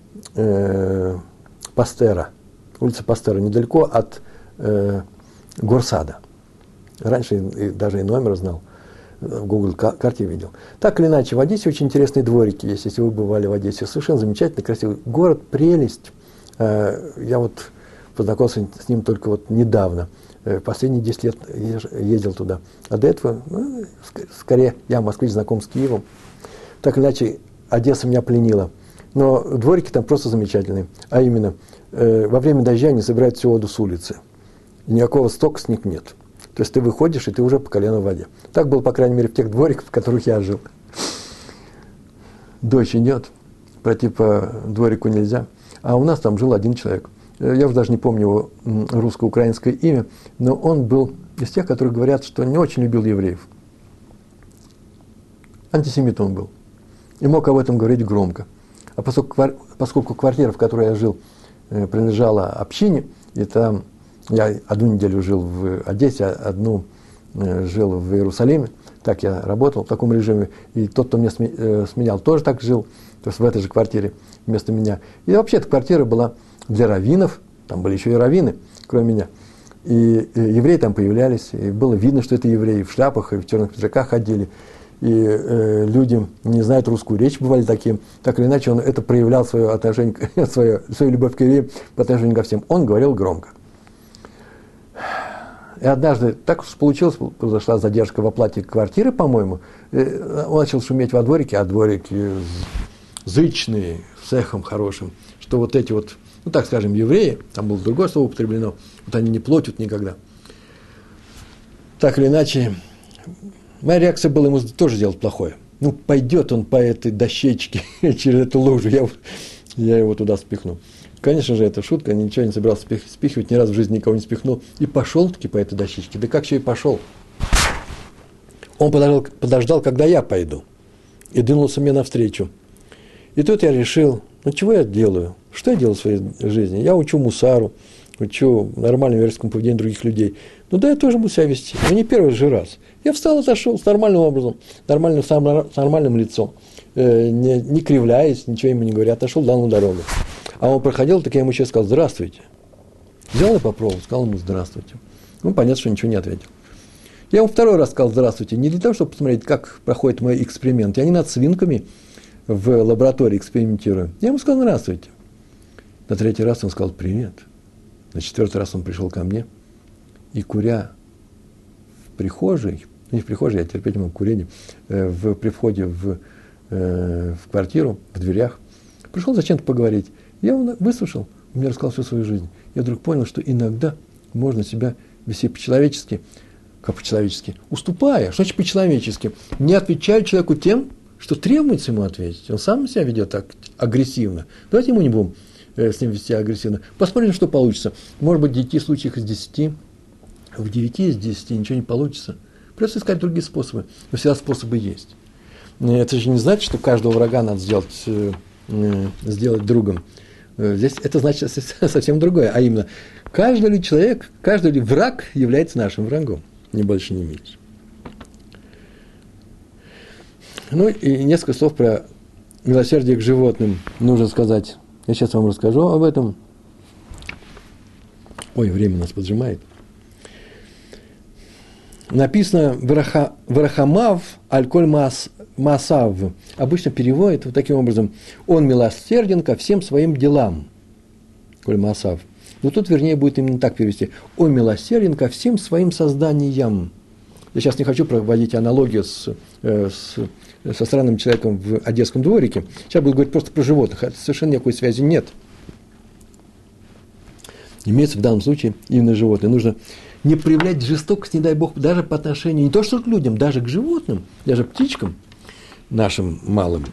Пастера. Улица Пастера, недалеко от Горсада. Раньше даже и номер знал, в Google карте видел. Так или иначе, в Одессе очень интересные дворики есть, если вы бывали в Одессе. Совершенно замечательный, красивый город, прелесть. Я вот познакомился с ним только вот недавно. Последние 10 лет ездил туда. А до этого, скорее, я, москвич, знаком с Киевом. Так или иначе, Одесса меня пленила. Но дворики там просто замечательные. А именно, во время дождя они собирают всю воду с улицы. И никакого стока с них нет. То есть ты выходишь, и ты уже по колено в воде. Так было, по крайней мере, в тех двориках, в которых я жил. Дождь идет, пройти по дворику нельзя. А у нас там жил один человек. Я уже даже не помню его русско-украинское имя, но он был из тех, которые говорят, что не очень любил евреев. Антисемит он был. И мог об этом говорить громко. А поскольку квартира, в которой я жил, принадлежала общине, и там я 1 неделю жил в Одессе, 1 жил в Иерусалиме, так я работал в таком режиме, и тот, кто меня сменял, тоже так жил, то есть в этой же квартире вместо меня. И вообще эта квартира была для раввинов, там были еще и раввины, кроме меня. И евреи там появлялись, и было видно, что это евреи, в шляпах и в черных пиджаках ходили. И люди не знают русскую речь, бывали такие. Так или иначе, он это проявлял свое отношение, свою любовь к евреям по отношению ко всем. Он говорил громко. И однажды так уж получилось, произошла задержка в оплате квартиры, по-моему. Он начал шуметь во дворике, а дворики зычные, с эхом хорошим, что вот эти вот, ну так скажем, евреи, там было другое слово употреблено, вот они не платят никогда. Так или иначе, моя реакция была ему тоже делать плохое. Ну, пойдет он по этой дощечке через эту лужу, я его туда спихну. Конечно же, это шутка, ничего не собирался спихивать, ни разу в жизни никого не спихнул. И пошел-таки по этой дощечке. Да как еще и пошел? Он подождал, когда я пойду. И двинулся мне навстречу. И тут я решил, ну чего я делаю? Что я делаю в своей жизни? Я учу мусару, учу нормальному еврейскому поведению других людей. Ну да, я тоже буду себя вести. Но не первый же раз. Я встал, отошел с нормальным образом, с нормальным лицом. Не кривляясь, ничего ему не говоря, отошел, дал ему дорогу. А он проходил, так я ему еще сказал: здравствуйте. Взял и попробовал, сказал ему здравствуйте. Ну, понятно, что ничего не ответил. Я ему 2 раз сказал здравствуйте, не для того, чтобы посмотреть, как проходит мой эксперимент. Я не над свинками в лаборатории экспериментирую. Я ему сказал здравствуйте. На 3-й раз он сказал привет. На 4-й раз он пришел ко мне и, куря в прихожей, не в прихожей, я терпеть не могу курение, при входе в квартиру, в дверях, пришел зачем-то поговорить. Я его выслушал, он мне рассказал всю свою жизнь. Я вдруг понял, что иногда можно себя вести по-человечески, как по-человечески, уступая, что значит по-человечески, не отвечая человеку тем, что требуется ему ответить. Он сам себя ведет так агрессивно. Давайте мы не будем с ним вести агрессивно. Посмотрим, что получится. Может быть, в 9 случаях из 10, в 9 из 10 ничего не получится. Придется искать другие способы. Но всегда способы есть. Это же не значит, что каждого врага надо сделать другом. Здесь это значит совсем другое. А именно, каждый ли человек, каждый ли враг является нашим врагом. Ни больше, ни меньше. Ну и несколько слов про милосердие к животным нужно сказать. Я сейчас вам расскажу об этом. Ой, время нас поджимает. Написано «Варахамав аль-коль масав». Обычно переводит вот таким образом: «Он милосерден ко всем своим делам». «Коль масав». Но тут, вернее, будет именно так перевести: «Он милосерден ко всем своим созданиям». Я сейчас не хочу проводить аналогию со странным человеком в Одесском дворике. Сейчас буду говорить просто про животных. Совершенно никакой связи нет. Имеется в данном случае именно животные. Нужно не проявлять жестокость, не дай Бог, даже по отношению не то что к людям, даже к животным, даже к птичкам нашим малым.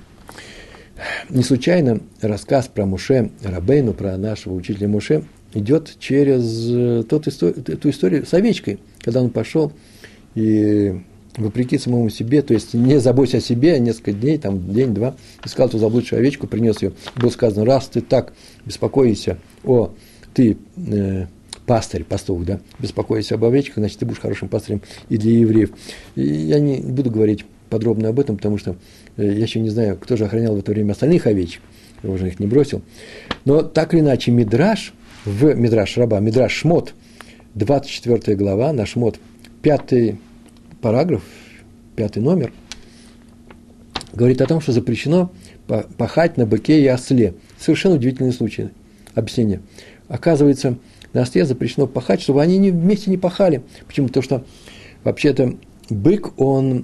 Не случайно рассказ про Моше Рабейну, про нашего учителя Моше, идет через ту историю с овечкой, когда он пошел и, вопреки самому себе, то есть не заботься о себе, несколько дней, там, день-два, искал ту заблудшую овечку, принес ее. Было сказано: раз ты так беспокоишься ты пастырь, пастух, да, беспокоишься об овечках, значит, ты будешь хорошим пастырем и для евреев. И я не буду говорить подробно об этом, потому что я еще не знаю, кто же охранял в это время остальных овечек, я уже их не бросил. Но так или иначе, Мидраш Раба, Мидраш Шмот, 24 глава, на Шмот, 5 параграф, 5 номер, говорит о том, что запрещено пахать на быке и осле. Совершенно удивительный случай. Объяснение. Оказывается, на осле запрещено пахать, чтобы они вместе не пахали. Почему? Потому что вообще-то бык, он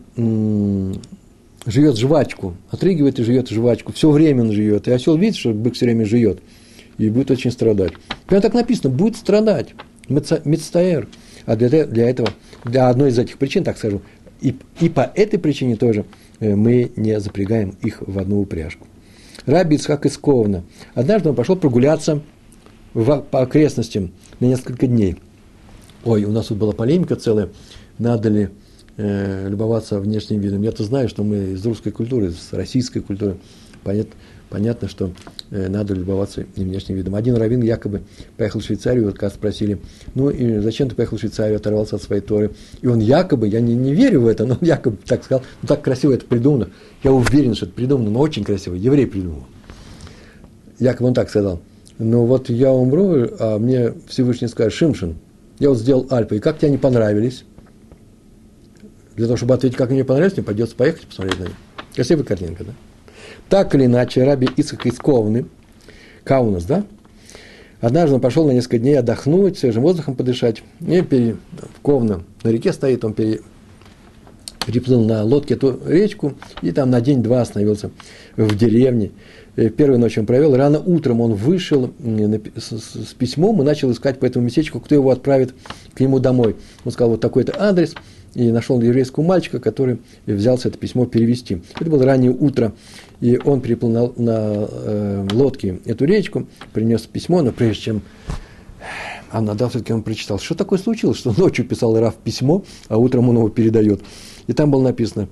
жует жвачку, отрыгивает и жует жвачку. Все время он жует. И осел видит, что бык все время жует. И будет очень страдать. Прямо так написано: будет страдать. Мецтаэр. А для этого, для одной из этих причин, так скажу, и по этой причине тоже мы не запрягаем их в одну упряжку. Раби Ицхак из Ковна. Однажды он пошел прогуляться по окрестностям на несколько дней. Ой, у нас тут была полемика целая, надо ли любоваться внешним видом. Я-то знаю, что мы из русской культуры, из российской культуры, понятно, что надо любоваться и внешним видом. Один раввин якобы поехал в Швейцарию, вот как спросили: ну и зачем ты поехал в Швейцарию, оторвался от своей Торы? И он якобы, я не верю в это, но он якобы так сказал: ну так красиво это придумано, я уверен, что это придумано, но очень красиво, еврей придумал. Якобы он так сказал: ну вот я умру, а мне Всевышний скажет: Шимшин, я вот сделал Альпы, и как тебе они понравились? Для того, чтобы ответить, как мне понравились, мне придется поехать посмотреть на них. Красивая картинка, да? Так или иначе, Раби Ицхак из Ковны, Каунас, да? Однажды он пошел на несколько дней отдохнуть, свежим воздухом подышать. И Ковна на реке стоит, он переплыл на лодке эту речку, и там на день-два остановился в деревне. Первую ночь он провел, рано утром он вышел с письмом и начал искать по этому местечку, кто его отправит к нему домой. Он сказал: вот такой-то адрес, и нашел еврейского мальчика, который взялся это письмо перевести. Это было раннее утро, и он переплыл на лодке эту речку, принес письмо, но прежде чем он отдал, все-таки он прочитал, что такое случилось, что ночью писал Рав письмо, а утром он его передает. И там было написано,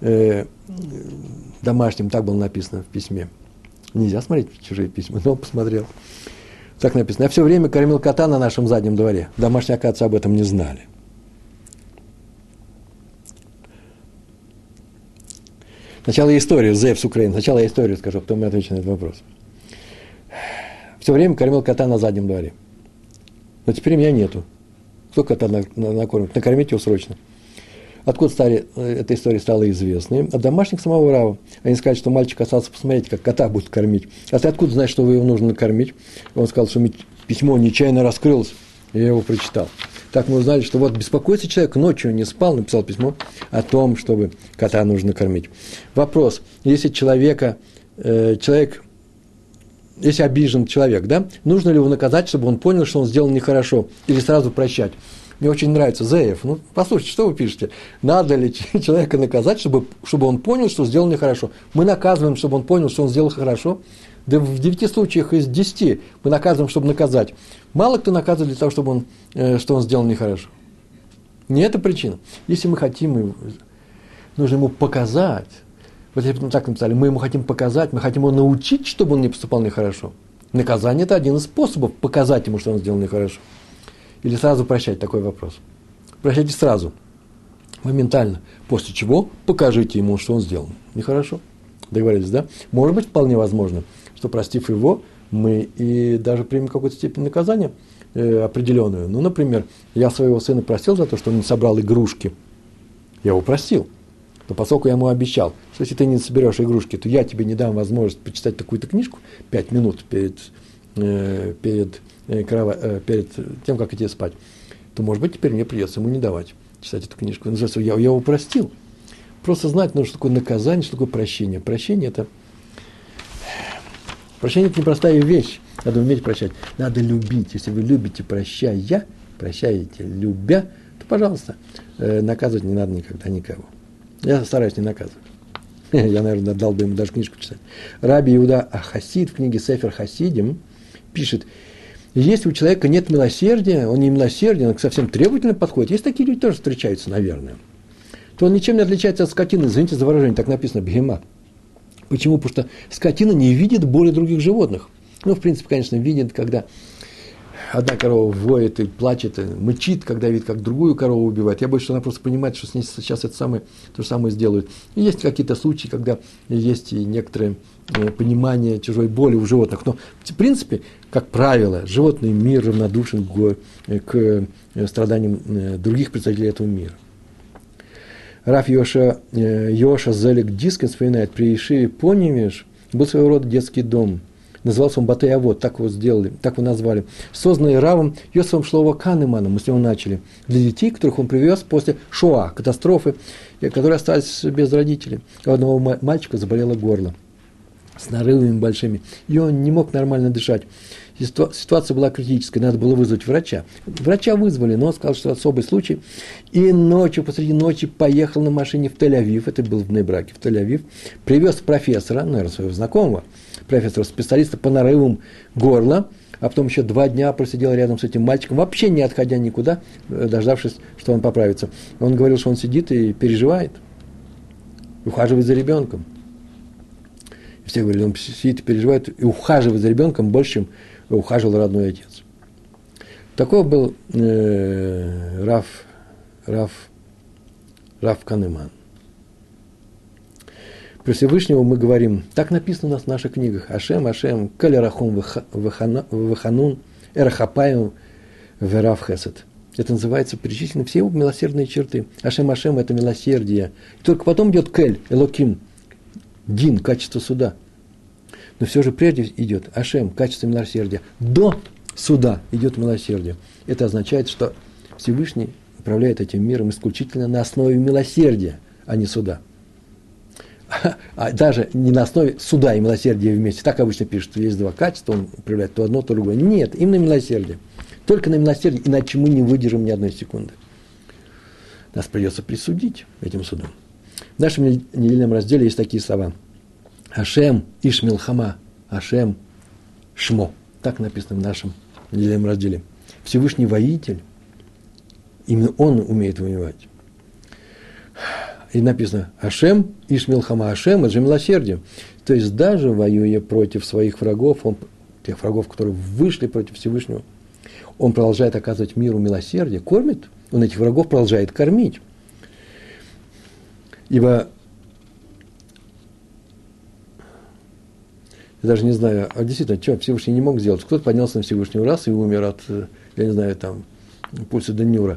домашним, так было написано в письме. Нельзя смотреть чужие письма, но посмотрел. Так написано: я все время кормил кота на нашем заднем дворе. Домашние, оказывается, об этом не знали. Сначала историю, Зев с Украины. Сначала я историю скажу, потом я отвечу на этот вопрос. Все время кормил кота на заднем дворе. Но теперь меня нету. Кто кота накормит? Накормить его срочно. Откуда эта история стала известной? От домашних самого Рава. Они сказали, что мальчик остался посмотреть, как кота будут кормить. А ты откуда знаешь, что его нужно накормить? Он сказал, что письмо нечаянно раскрылось. Я его прочитал. Так мы узнали, что вот беспокоится человек, ночью не спал, написал письмо о том, чтобы кота нужно кормить. Вопрос: если если обижен человек, да, нужно ли его наказать, чтобы он понял, что он сделал нехорошо, или сразу прощать? мне очень нравится, Зеев, ну, послушайте, что вы пишете? Надо ли человека наказать, чтобы он понял, что сделал нехорошо? Мы наказываем, чтобы он понял, что он сделал хорошо. Да в 9 случаях из 10 мы наказываем, чтобы наказать. Мало кто наказывает для того, чтобы что он сделал нехорошо. Не это причина. Если мы хотим, нужно ему показать. Вот если бы мы так написали, мы ему хотим показать, мы хотим его научить, чтобы он не поступал нехорошо. Наказание – это один из способов показать ему, что он сделал нехорошо. Или сразу прощать, такой вопрос. Прощайте сразу, моментально. После чего покажите ему, что он сделал нехорошо. Договорились, да? Может быть, вполне возможно, что, простив его, мы и даже примем какую-то степень наказания определенную. Ну, например, я своего сына простил за то, что он не собрал игрушки. Я его простил. Но поскольку я ему обещал, что если ты не соберешь игрушки, то я тебе не дам возможность почитать такую-то книжку 5 минут перед тем, как идти спать, то, может быть, теперь мне придется ему не давать читать эту книжку. Я его простил. Просто знать нужно, что такое наказание, что такое прощение. Прощение – это непростая вещь. Надо уметь прощать. Надо любить. Если вы любите, прощаете, любя, то, пожалуйста, наказывать не надо никогда никого. Я стараюсь не наказывать. Я, наверное, дал бы ему даже книжку читать. Раби Иуда Хасид в книге Сефер Хасидим пишет: если у человека нет милосердия, он не милосерден, он совсем требовательно подходит. Есть такие люди тоже встречаются, наверное. То он ничем не отличается от скотины. Извините за выражение, так написано, бегема. Почему? Потому что скотина не видит боли других животных. Ну, в принципе, конечно, видит, когда одна корова воет и плачет, и мычит, когда видит, как другую корову убивает. Я боюсь, что она просто понимает, что с ней сейчас то же самое сделают. И есть какие-то случаи, когда есть и некоторое понимание чужой боли у животных. Но, в принципе, как правило, животный мир равнодушен к страданиям других представителей этого мира. Раф Йоша Зелик Дискин вспоминает, при Ишиве Поневиш был своего рода детский дом. Назывался он Батей Авот, так его сделали, так его назвали. Созданный Равом Йосифом Шлово Канеманом, мы с него начали. Для детей, которых он привез после Шоа, катастрофы, которые остались без родителей. У одного мальчика заболело горло с нарывами большими, и он не мог нормально дышать. Ситуация была критическая, надо было вызвать врача. Врача вызвали, но он сказал, что особый случай. И ночью, посреди ночи поехал на машине в Тель-Авив, это был в Бней-Браке, в Тель-Авив, привез профессора, наверное, своего знакомого, профессора, специалиста по нарывам горла, а потом еще 2 дня просидел рядом с этим мальчиком, вообще не отходя никуда, дождавшись, что он поправится. Он говорил, что он сидит и переживает, ухаживает за ребенком. И все говорили, он сидит и переживает, и ухаживает за ребенком больше, чем ухаживал родной отец. Такой был Рав Канеман. Про Всевышнего мы говорим, так написано у нас в наших книгах: Ашем, Калерахум Ваханун, Эрахапаем, Верав Хесед. Это называется, перечислены все его милосердные черты. Ашем – это милосердие. И только потом идет Кель, Элоким, Дин, качество суда. Но все же прежде идет Ашем, качество милосердия. До суда идет милосердие. Это означает, что Всевышний управляет этим миром исключительно на основе милосердия, а не суда. А даже не на основе суда и милосердия вместе. Так обычно пишут, что есть 2 качества, он управляет то одно, то другое. Нет, именно милосердие. Только на милосердие, иначе мы не выдержим ни одной секунды. Нас придется присудить этим судом. В нашем недельном разделе есть такие слова. Ашем Иш Милхама, Ашем Шмо. Так написано в нашем недельном разделе. Всевышний воитель, именно он умеет воевать. И написано Ашем Иш Милхама, Ашем – это же милосердие. То есть даже воюя против своих врагов, тех врагов, которые вышли против Всевышнего, он продолжает оказывать миру милосердие, кормит, он этих врагов продолжает кормить. Ибо я даже не знаю, а действительно, что Всевышний не мог сделать? Кто-то поднялся на Всевышнего раз и умер от, я не знаю, там, пульса Денюра,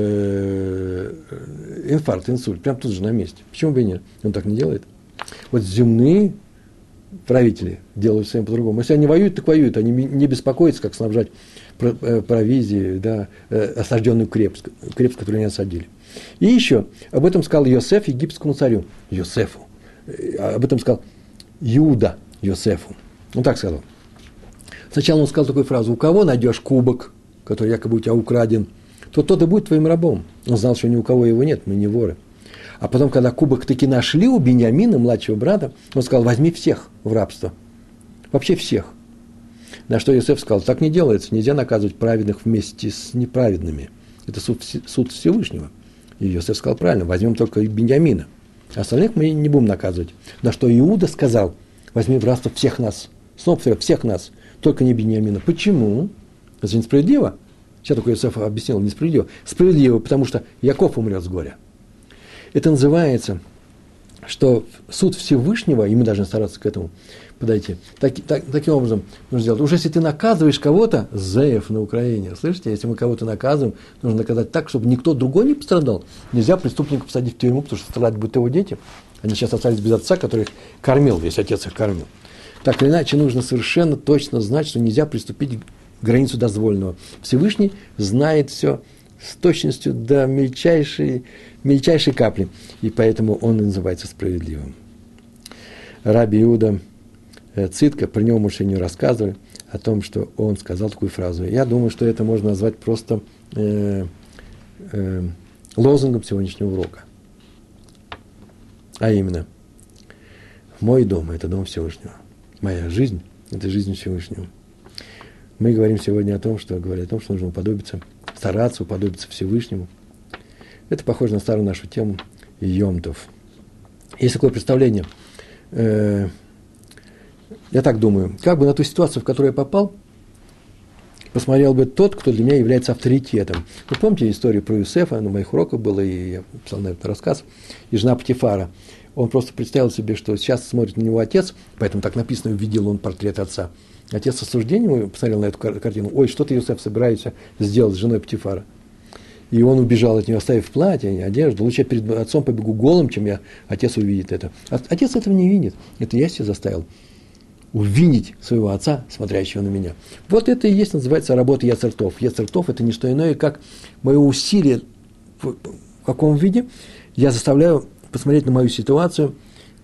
инфаркт, инсульт, прям тут же на месте. Почему бы и нет? Он так не делает. Вот земные правители делают совсем по-другому. Если они воюют, так воюют. Они не беспокоятся, как снабжать провизией, да, осажденную крепость, которую они осадили. И еще, об этом сказал Йосеф египетскому царю, Йосефу. Об этом сказал Иуда Йосефу. Он так сказал. Сначала он сказал такую фразу: у кого найдешь кубок, который якобы у тебя украден, то тот и будет твоим рабом. Он знал, что ни у кого его нет, мы не воры. А потом, когда кубок таки нашли у Биньямина, младшего брата, он сказал, возьми всех в рабство. Вообще всех. На что Иосиф сказал, так не делается, нельзя наказывать праведных вместе с неправедными. Это суд Всевышнего. И Иосиф сказал правильно, возьмем только Биньямина. Остальных мы не будем наказывать. На что Иуда сказал, возьми в рабство всех нас. Снова повторяю, всех нас, только не Биньямина. Почему? Это же несправедливо. Сейчас только Иосиф объяснил, несправедливо. Справедливо, потому что Яков умрет с горя. Это называется, что суд Всевышнего, и мы должны стараться к этому подойти. Таким образом нужно сделать. Уже если ты наказываешь кого-то, зеев на Украине, слышите, если мы кого-то наказываем, нужно наказать так, чтобы никто другой не пострадал. Нельзя преступника посадить в тюрьму, потому что страдать будут его дети. Они сейчас остались без отца, который их кормил, весь отец их кормил. Так или иначе, нужно совершенно точно знать, что нельзя приступить к границу дозволенного. Всевышний знает все с точностью до мельчайшей капли, и поэтому он и называется справедливым. Раби Иуда Цитка, про него мы еще не рассказывали, о том, что он сказал такую фразу. Я думаю, что это можно назвать просто лозунгом сегодняшнего урока. А именно, мой дом – это дом Всевышнего. Моя жизнь – это жизнь Всевышнего. Мы говорим сегодня о том, что нужно уподобиться, стараться уподобиться Всевышнему. Это похоже на старую нашу тему Йом Тов. Есть такое представление, я так думаю, как бы на ту ситуацию, в которую я попал, посмотрел бы тот, кто для меня является авторитетом. Вы помните историю про Иосифа, на моих уроках было, и я писал на этот рассказ, и жена Потифара. Он просто представил себе, что сейчас смотрит на него отец, поэтому так написано, увидел он портрет отца. Отец с осуждением посмотрел на эту картину, ой, что ты, Иосиф, собираешься сделать с женой Потифара? И он убежал от нее, оставив платье, одежду. Лучше я перед отцом побегу голым, чем отец увидит это. Отец этого не видит. Это я себя заставил увидеть своего отца, смотрящего на меня. Вот это и есть, называется, работа Йецер Тов. Йецер Тов – это не что иное, как мое усилие, в каком виде я заставляю посмотреть на мою ситуацию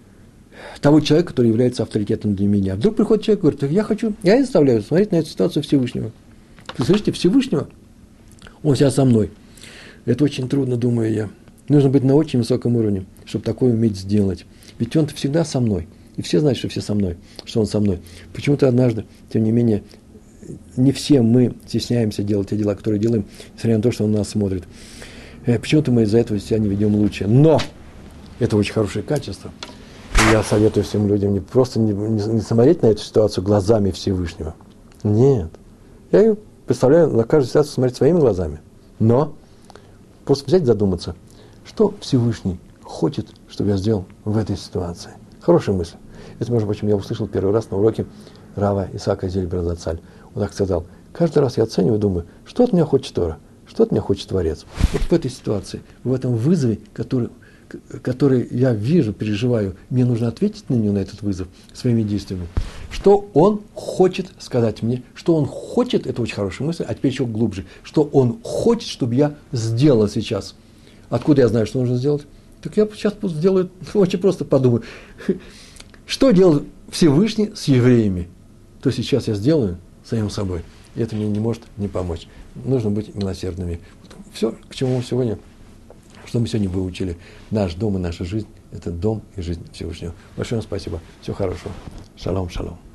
того человека, который является авторитетом для меня. Вдруг приходит человек и говорит, я заставляю смотреть на эту ситуацию Всевышнего. Вы слышите, Всевышнего? Он сейчас со мной. Это очень трудно, думаю я. Нужно быть на очень высоком уровне, чтобы такое уметь сделать. Ведь он-то всегда со мной. И все знают, что все со мной, что он со мной. Почему-то однажды, тем не менее, не все мы стесняемся делать те дела, которые делаем, несмотря на то, что он нас смотрит. Почему-то мы из-за этого себя не ведем лучше. Но это очень хорошее качество. И я советую всем людям не просто не смотреть на эту ситуацию глазами Всевышнего. Нет. Я ее представляю на каждую ситуацию смотреть своими глазами. Но просто взять и задуматься, что Всевышний хочет, чтобы я сделал в этой ситуации. Хорошая мысль. Это, между прочим, я услышал первый раз на уроке Рава Исаака Зильбера Зацаль. Он так сказал, каждый раз я оцениваю, думаю, что от меня хочет Тора, что от меня хочет Творец. Вот в этой ситуации, в этом вызове, который я вижу, переживаю, мне нужно ответить на него, на этот вызов, своими действиями. Что он хочет сказать мне, что он хочет, это очень хорошая мысль, а теперь еще глубже, что он хочет, чтобы я сделал сейчас. Откуда я знаю, что нужно сделать? Так я сейчас сделаю, очень просто подумаю, что делал Всевышний с евреями, то сейчас я сделаю самим собой. И это мне не может не помочь. Нужно быть милосердными. Все, к чему мы сегодня, что мы сегодня выучили. Наш дом и наша жизнь – это дом и жизнь Всевышнего. Большое вам спасибо. Всего хорошего. Шалом, шалом.